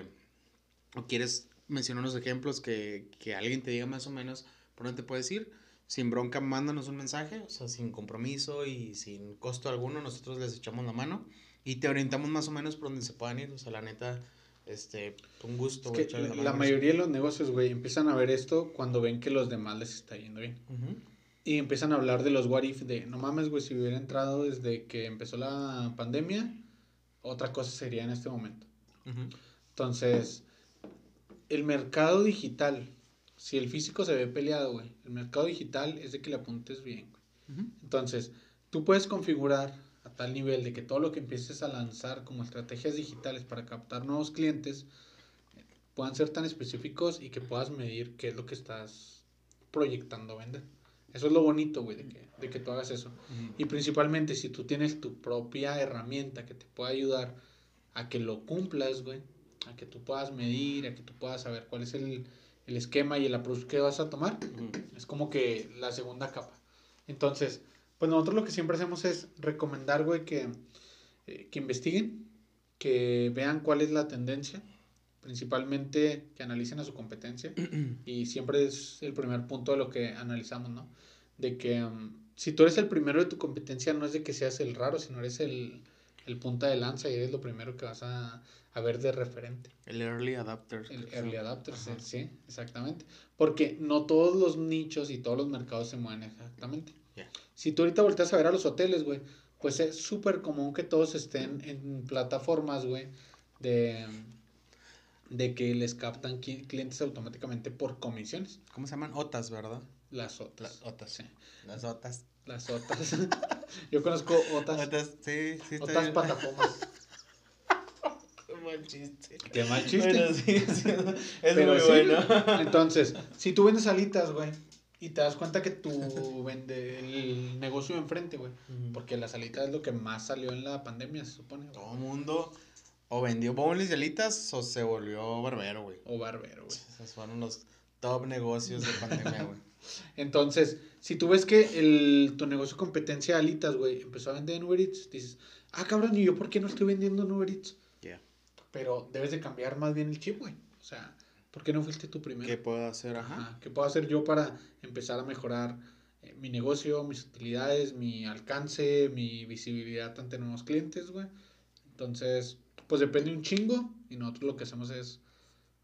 o quieres mencionar unos ejemplos que alguien te diga más o menos por dónde te puedes ir, sin bronca, mándanos un mensaje, o sea, sin compromiso y sin costo alguno, nosotros les echamos la mano y te orientamos más o menos por donde se puedan ir, o sea, la neta, un gusto, güey. Es que la mayoría de los negocios, güey, empiezan a ver esto cuando ven que los demás les está yendo bien. Uh-huh. Y empiezan a hablar de los what if, de no mames, güey, si hubiera entrado desde que empezó la pandemia, otra cosa sería en este momento. Uh-huh. Entonces, el mercado digital, si el físico se ve peleado, güey, el mercado digital es de que le apuntes bien, güey. Uh-huh. Entonces, tú puedes configurar a tal nivel de que todo lo que empieces a lanzar como estrategias digitales para captar nuevos clientes puedan ser tan específicos y que puedas medir qué es lo que estás proyectando a vender. Eso es lo bonito, güey, de que tú hagas eso. Uh-huh. Y principalmente si tú tienes tu propia herramienta que te pueda ayudar a que lo cumplas, güey, a que tú puedas medir, a que tú puedas saber cuál es el esquema y el approach que vas a tomar, uh-huh, es como que la segunda capa. Entonces, pues nosotros lo que siempre hacemos es recomendar, güey, que investiguen, que vean cuál es la tendencia, principalmente que analicen a su competencia y siempre es el primer punto de lo que analizamos, ¿no? De que si tú eres el primero de tu competencia no es de que seas el raro, sino eres el punta de lanza y eres lo primero que vas a ver de referente. El early adapter. El early adapter, sí, exactamente. Porque no todos los nichos y todos los mercados se mueven exactamente. Yeah. Si tú ahorita volteas a ver a los hoteles, güey, pues es súper común que todos estén en plataformas, güey, de que les captan clientes automáticamente por comisiones. ¿Cómo se llaman? OTAs, ¿verdad? Las OTAs. Las OTAs, sí. Las OTAs. Las OTAs. Yo conozco OTAs. OTAs, sí. OTAs plataformas. Qué mal chiste. Qué mal chiste. Bueno, sí, es pero muy sí, bueno. Entonces, si tú vendes alitas, güey, y te das cuenta que tú vendes el negocio de enfrente, güey, porque las alitas es lo que más salió en la pandemia, se supone. Todo el mundo o vendió boneless y alitas o se volvió barbero, güey. O barbero, güey. Esos fueron los top negocios de pandemia, güey. Entonces, si tú ves que tu negocio competencia de alitas, güey, empezó a vender en Uber Eats, dices, cabrón, ¿y yo por qué no estoy vendiendo en Uber Eats? Yeah. Pero debes de cambiar más bien el chip, güey. O sea, ¿por qué no fuiste tú primero? ¿Qué puedo hacer? Ajá. ¿Qué puedo hacer yo para empezar a mejorar mi negocio, mis utilidades, mi alcance, mi visibilidad ante nuevos clientes, güey? Entonces, pues depende un chingo y nosotros lo que hacemos es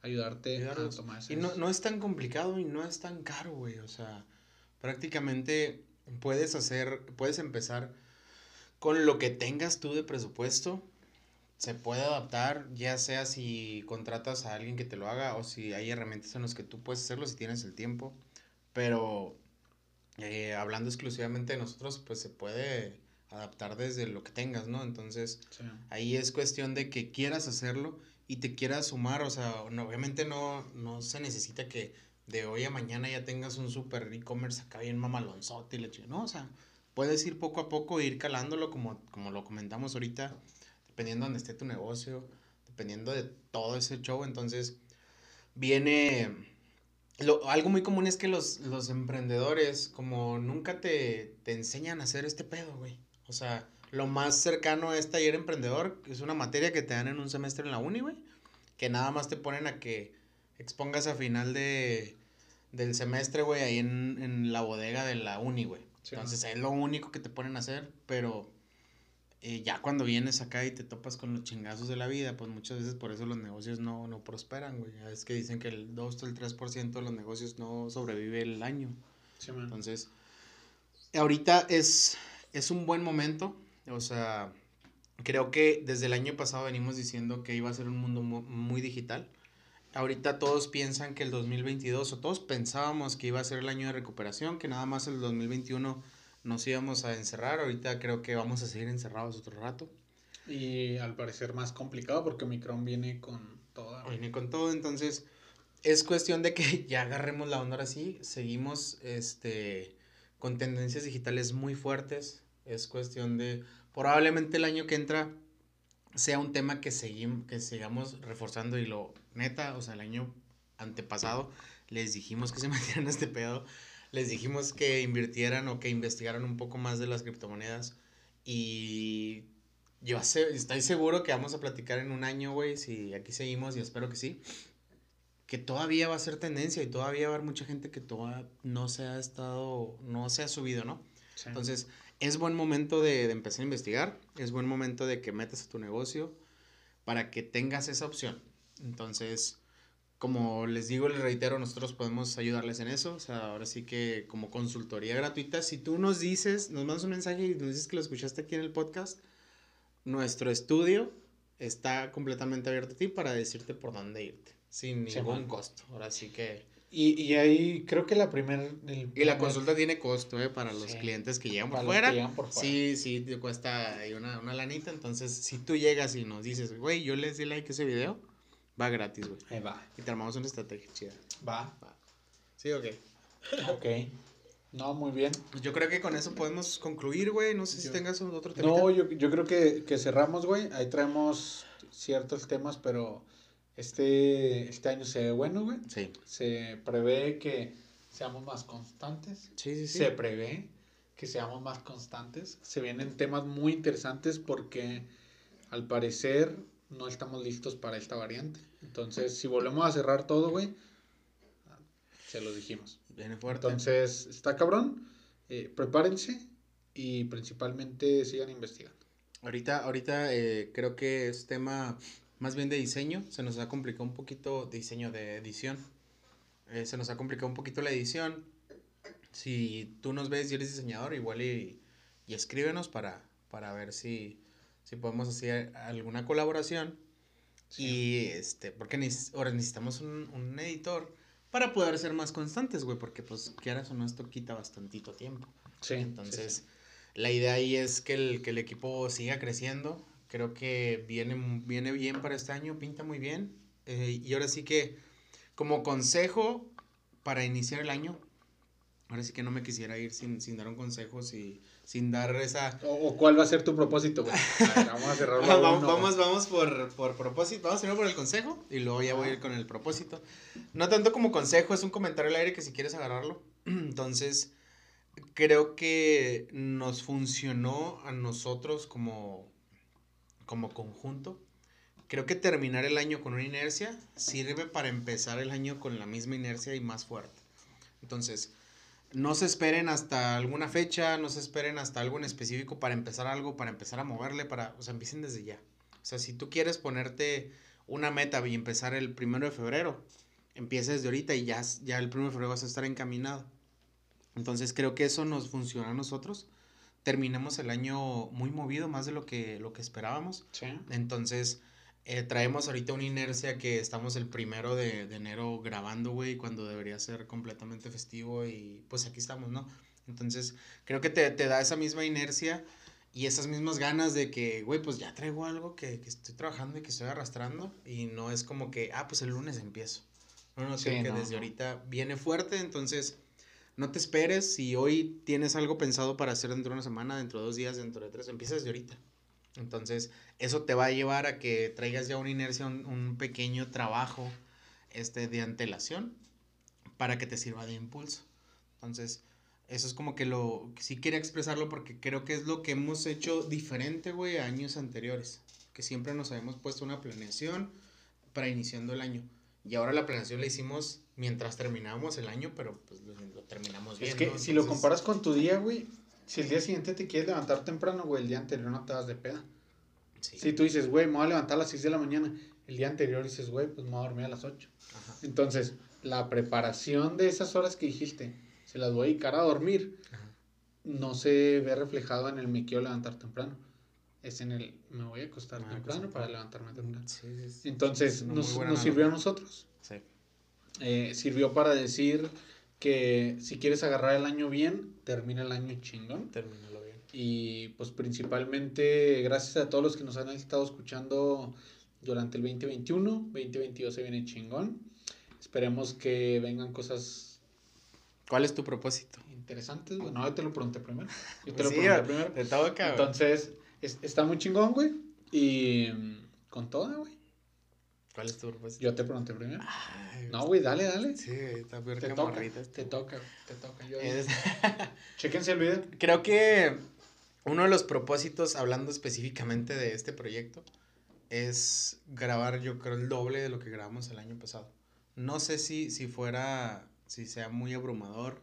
ayudarte a tomar esas... Y no es tan complicado y no es tan caro, güey. O sea, prácticamente puedes empezar con lo que tengas tú de presupuesto. Se puede adaptar, ya sea si contratas a alguien que te lo haga o si hay herramientas en las que tú puedes hacerlo si tienes el tiempo. Pero hablando exclusivamente de nosotros, pues se puede adaptar desde lo que tengas, ¿no? Entonces, sí, ahí es cuestión de que quieras hacerlo y te quieras sumar, o sea, obviamente no se necesita que de hoy a mañana ya tengas un super e-commerce acá bien mamalonzote y le ¿no? O sea, puedes ir poco a poco e ir calándolo como lo comentamos ahorita, dependiendo de donde esté tu negocio, dependiendo de todo ese show. Entonces, viene... algo muy común es que los emprendedores como nunca te enseñan a hacer este pedo, güey. O sea, lo más cercano a este taller emprendedor es una materia que te dan en un semestre en la uni, güey. Que nada más te ponen a que expongas a final del semestre, güey, ahí en la bodega de la uni, güey. Sí, entonces, es lo único que te ponen a hacer, pero ya cuando vienes acá y te topas con los chingazos de la vida, pues muchas veces por eso los negocios no prosperan, güey. Ya es que dicen que el 2 o el 3% de los negocios no sobrevive el año. Sí, man. Entonces, ahorita es un buen momento. O sea, creo que desde el año pasado venimos diciendo que iba a ser un mundo muy digital. Ahorita todos piensan que el 2022, o todos pensábamos que iba a ser el año de recuperación, que nada más el 2021 nos íbamos a encerrar. Ahorita creo que vamos a seguir encerrados otro rato. Y al parecer más complicado porque Omicron viene con todo. Viene con todo, entonces es cuestión de que ya agarremos la onda ahora sí. Seguimos con tendencias digitales muy fuertes. Es cuestión de, probablemente el año que entra sea un tema que sigamos reforzando y lo neta, o sea, el año antepasado les dijimos que se metieran a este pedo, les dijimos que invirtieran o que investigaran un poco más de las criptomonedas y estoy seguro que vamos a platicar en un año, güey, si aquí seguimos y espero que sí, que todavía va a ser tendencia y todavía va a haber mucha gente que todavía no se ha subido, ¿no? Sí. Entonces, es buen momento de empezar a investigar, es buen momento de que metas a tu negocio para que tengas esa opción. Entonces, como les digo, les reitero, nosotros podemos ayudarles en eso. O sea, ahora sí que como consultoría gratuita, si tú nos mandas un mensaje y nos dices que lo escuchaste aquí en el podcast, nuestro estudio está completamente abierto a ti para decirte por dónde irte, sin ningún costo. Ahora sí que... Y ahí creo que Y la consulta tiene costo, para los clientes que llegan por fuera. Sí, te cuesta ahí una lanita. Entonces, si tú llegas y nos dices, güey, yo les di like a ese video, va gratis, güey. Ahí va. Y te armamos una estrategia chida. Va. Sí, ok. Ok. No, muy bien. Pues yo creo que con eso podemos concluir, güey. No sé si tengas otro tema. No, yo creo que cerramos, güey. Ahí traemos ciertos temas, pero este año se ve bueno, güey. Sí. Se prevé que seamos más constantes. Sí. Se prevé que seamos más constantes. Se vienen temas muy interesantes porque al parecer no estamos listos para esta variante. Entonces, si volvemos a cerrar todo, güey, se lo dijimos. Viene fuerte. Entonces, está cabrón. Prepárense y principalmente sigan investigando. Ahorita creo que es tema más bien de diseño. Se nos ha complicado un poquito diseño de edición. Se nos ha complicado un poquito la edición. Si tú nos ves y eres diseñador, igual y escríbenos para ver si podemos hacer alguna colaboración. Sí. Y porque ahora necesitamos un editor para poder ser más constantes, güey, porque pues quieras o no, esto quita bastantito tiempo. Sí. Entonces, la idea ahí es que el equipo siga creciendo. Creo que viene bien para este año, pinta muy bien. Y ahora sí que, como consejo para iniciar el año, ahora sí que no me quisiera ir sin dar un consejo, sin dar esa... ¿O cuál va a ser tu propósito, güey? A ver, vamos a cerrarlo. Vamos por propósito. Vamos primero por el consejo y luego ya voy a ir con el propósito. No tanto como consejo, es un comentario al aire que si quieres agarrarlo. Entonces, creo que nos funcionó a nosotros como conjunto. Creo que terminar el año con una inercia sirve para empezar el año con la misma inercia y más fuerte. Entonces, no se esperen hasta alguna fecha, no se esperen hasta algo en específico para empezar algo, para empezar a moverle, o sea, empiecen desde ya. O sea, si tú quieres ponerte una meta y empezar el 1 de febrero, empieza desde ahorita y ya el 1 de febrero vas a estar encaminado. Entonces creo que eso nos funciona a nosotros. Terminamos el año muy movido, más de lo que esperábamos. Sí. Entonces traemos ahorita una inercia que estamos el 1 de enero grabando, güey, cuando debería ser completamente festivo y pues aquí estamos, ¿no? Entonces creo que te da esa misma inercia y esas mismas ganas de que, güey, pues ya traigo algo que estoy trabajando y que estoy arrastrando y no es como que, pues el lunes empiezo. No, sí, creo que desde ahorita viene fuerte, entonces no te esperes. Si hoy tienes algo pensado para hacer dentro de una semana, dentro de 2 días, dentro de 3, empiezas desde ahorita. Entonces, eso te va a llevar a que traigas ya una inercia, un pequeño trabajo de antelación para que te sirva de impulso. Entonces, eso es como que sí quería expresarlo porque creo que es lo que hemos hecho diferente, güey, a años anteriores. Que siempre nos habíamos puesto una planeación para iniciando el año. Y ahora la planeación la hicimos mientras terminábamos el año, pero pues lo terminamos bien. Es que, ¿no? Si lo comparas con tu día, güey, si el día siguiente te quieres levantar temprano, güey, el día anterior no te vas de peda. Sí. Si tú dices, güey, me voy a levantar a las 6 de la mañana, el día anterior dices, güey, pues me voy a dormir a las 8. Ajá. Entonces, la preparación de esas horas que dijiste, se las voy a dedicar a dormir, ajá, no se ve reflejado en el me quiero levantar temprano. Es en el me voy a acostar temprano para levantarme temprano. Sí. Entonces, nos sirvió a nosotros. Sí. Sirvió para decir que si quieres agarrar el año bien, termina el año chingón. Termínalo bien. Y pues principalmente gracias a todos los que nos han estado escuchando durante el 2021. 2022 se viene chingón. Esperemos que vengan cosas. ¿Cuál es tu propósito? Interesantes. Bueno, yo te lo pregunté primero. Yo te lo pregunté primero. Te toca, entonces, está muy chingón, güey. Y con toda, güey. ¿Cuál es tu propósito? Yo te pregunté primero. Ay, no, güey, dale. Sí, está peor que morritas. Te toca. Chéquense el video. Creo que uno de los propósitos, hablando específicamente de este proyecto, es grabar, yo creo, el doble de lo que grabamos el año pasado. No sé si sea muy abrumador,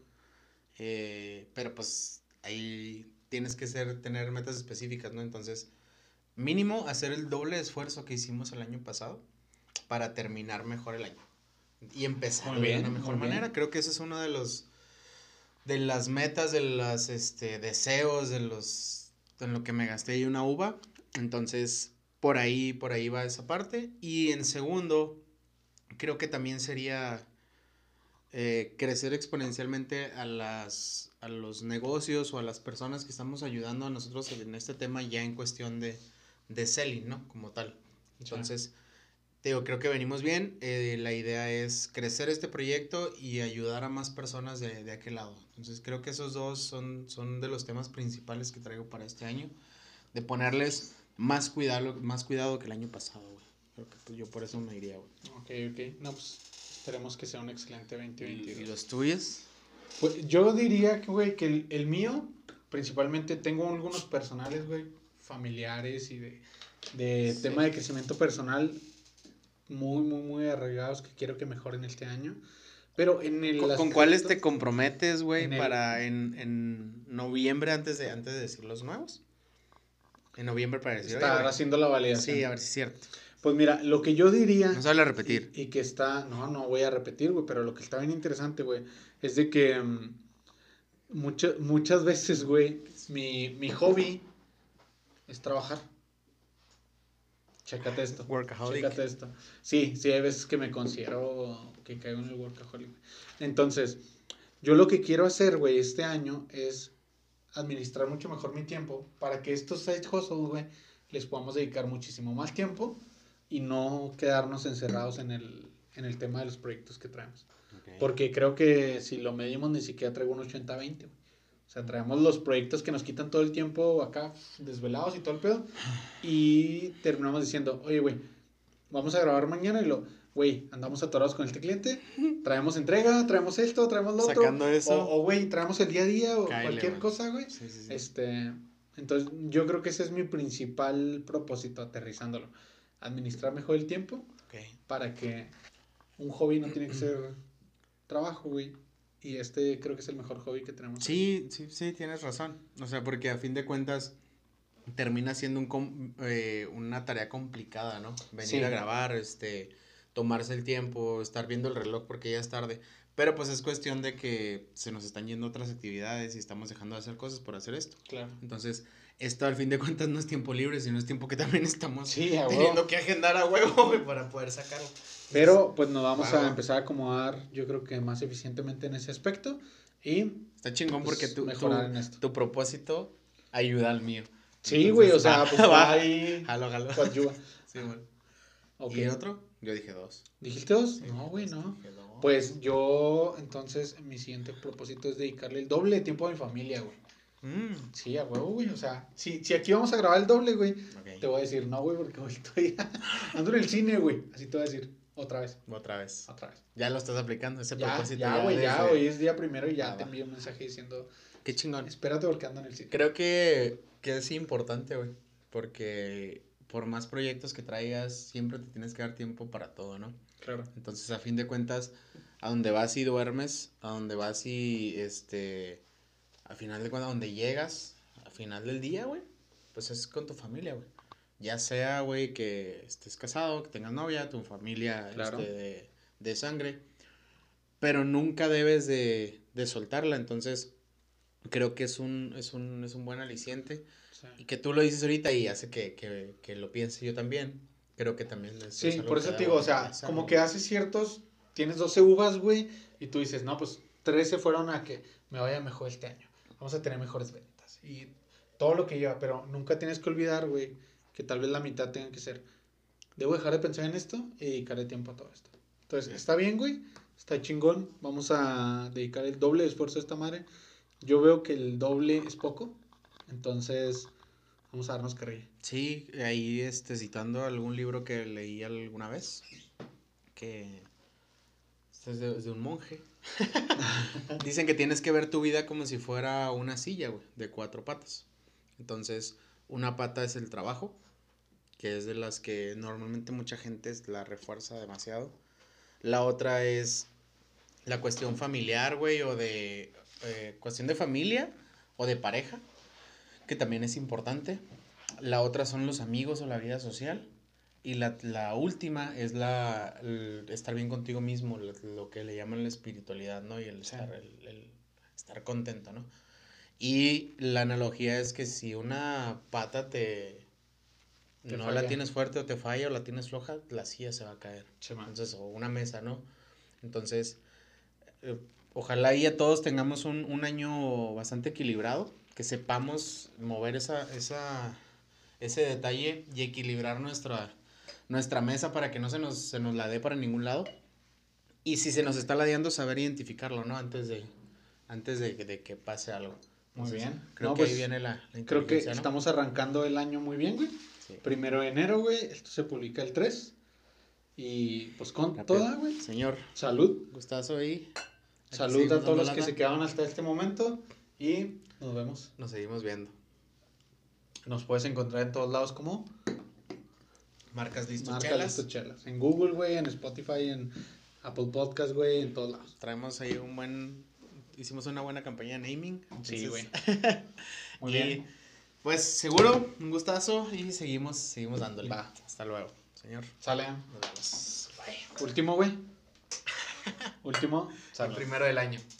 pero pues ahí tienes que tener metas específicas, ¿no? Entonces, mínimo hacer el doble de esfuerzo que hicimos el año pasado para terminar mejor el año y empezar de una mejor manera. Creo que ese es uno de las metas, de los deseos, en lo que me gasté ahí una uva. Entonces, por ahí va esa parte. Y en segundo, creo que también sería crecer exponencialmente a los negocios o a las personas que estamos ayudando a nosotros en este tema ya en cuestión de selling, ¿no? Como tal. Entonces, creo que venimos bien. La idea es crecer este proyecto y ayudar a más personas de aquel lado. Entonces, creo que esos dos son de los temas principales que traigo para este año. De ponerles más cuidado que el año pasado, güey. Creo que pues, yo por eso me iría, güey. Ok. No, pues esperemos que sea un excelente 2022. ¿Y los tuyos? Pues yo diría que, güey, que el mío, principalmente tengo algunos personales, güey, familiares y de sí, tema de crecimiento personal muy, muy, muy arraigados que quiero que mejoren este año. Pero en el ¿Con cuáles te comprometes, güey, para en noviembre antes de decir los nuevos? En noviembre para decir. Estar haciendo la validación. Sí, a ver si es cierto. Pues mira, lo que yo diría. No se vale repetir. Y que está. No voy a repetir, güey, pero lo que está bien interesante, güey, es de que muchas veces, güey, mi hobby es trabajar. Chécate esto. Workaholic. Chécate esto. Sí, hay veces que me considero que caigo en el workaholic. Entonces, yo lo que quiero hacer, güey, este año es administrar mucho mejor mi tiempo para que estos side hustles, güey, les podamos dedicar muchísimo más tiempo y no quedarnos encerrados en el tema de los proyectos que traemos. Okay. Porque creo que si lo medimos ni siquiera traigo un 80-20, güey. O sea, traemos los proyectos que nos quitan todo el tiempo acá, desvelados y todo el pedo. Y terminamos diciendo, oye, güey, vamos a grabar mañana. Y güey, andamos atorados con este cliente. Traemos entrega, traemos esto, traemos lo otro. Sacando eso. O, güey, traemos el día a día o cualquier cosa, güey. Sí. Entonces, yo creo que ese es mi principal propósito, aterrizándolo. Administrar mejor el tiempo. Okay. Para que un hobby no tiene que ser trabajo, güey. Y creo que es el mejor hobby que tenemos. Sí, tienes razón. O sea, porque a fin de cuentas, termina siendo una tarea complicada, ¿no? Venir a grabar, tomarse el tiempo, estar viendo el reloj porque ya es tarde. Pero pues es cuestión de que se nos están yendo otras actividades y estamos dejando de hacer cosas por hacer esto. Claro. Entonces, esto al fin de cuentas no es tiempo libre, sino es tiempo que también estamos teniendo huevo. Que agendar a huevo, güey, para poder sacarlo. Pero pues nos vamos a empezar a acomodar, yo creo que más eficientemente en ese aspecto. Y está chingón pues, porque mejorar en esto. Tu propósito ayuda al mío. Sí, güey, o sea, pues va ahí. Jalo. Coadyuva. Sí, güey. Okay. ¿Y otro? Yo dije 2. ¿Dijiste 2? Sí, no, güey, no. Pues yo, entonces, mi siguiente propósito es dedicarle el doble de tiempo a mi familia, güey. Sí, a huevo, güey. O sea, si aquí vamos a grabar el doble, güey, te voy a decir no, güey, porque hoy estoy ando en el cine, güey. Así te voy a decir otra vez. Ya lo estás aplicando, ese propósito. Ya, güey, ya. Hoy es día primero y ya te envío un mensaje diciendo. Qué chingón. Espérate porque ando en el cine. Creo que es importante, güey. Porque por más proyectos que traigas, siempre te tienes que dar tiempo para todo, ¿no? Claro. Entonces, a fin de cuentas, a donde vas y duermes, a donde vas y, a final de cuentas, a donde llegas, a final del día, güey, pues es con tu familia, güey. Ya sea, güey, que estés casado, que tengas novia, tu familia, claro. De sangre, pero nunca debes de soltarla, entonces, creo que es un buen aliciente. Sí. Y que tú lo dices ahorita y hace que lo piense yo también. Creo que también sí, por eso te digo, o sea, como que haces ciertos, tienes 12 uvas, güey, y tú dices, no, pues 13 fueron a que me vaya mejor este año. Vamos a tener mejores ventas. Y todo lo que lleva, pero nunca tienes que olvidar, güey, que tal vez la mitad tenga que ser, debo dejar de pensar en esto y dedicarle tiempo a todo esto. Entonces, está bien, güey, está chingón, vamos a dedicar el doble de esfuerzo a esta madre. Yo veo que el doble es poco, entonces vamos a darnos carrilla. Sí, ahí citando algún libro que leí alguna vez, que es de un monje. Dicen que tienes que ver tu vida como si fuera una silla, güey, de 4 patas. Entonces, una pata es el trabajo, que es de las que normalmente mucha gente la refuerza demasiado. La otra es la cuestión familiar, güey, o de cuestión de familia o de pareja, que también es importante. La otra son los amigos o la vida social. Y la última es el estar bien contigo mismo, lo que le llaman la espiritualidad, ¿no? Y el estar contento, ¿no? Y la analogía es que si una pata no falla. La tienes fuerte o te falla o la tienes floja, la silla se va a caer. Entonces, o una mesa, ¿no? Entonces, ojalá y a todos tengamos un año bastante equilibrado, que sepamos mover ese detalle y equilibrar nuestra mesa para que no se nos la dé para ningún lado. Y si se nos está ladeando, saber identificarlo, ¿no? Antes de que pase algo. Muy bien. Creo que ahí viene la inteligencia, creo que ¿no? Estamos arrancando el año muy bien, güey. Sí. 1 de enero, güey. Esto se publica el 3. Y pues con rápido. Toda, güey. Señor. Salud. Gustazo ahí. Salud a todos los que se quedaron hasta este momento. Y nos vemos. Nos seguimos viendo. Nos puedes encontrar en todos lados como Marcas Listo Chelas. En Google, güey, en Spotify, en Apple Podcast, güey, en todos lados. Traemos ahí hicimos una buena campaña de naming. Entonces, sí, güey. Muy bien. Pues seguro, un gustazo y seguimos dándole. Va. Hasta luego, señor. Sale. Nos vemos. Bye. Último, güey. Último. El primero del año.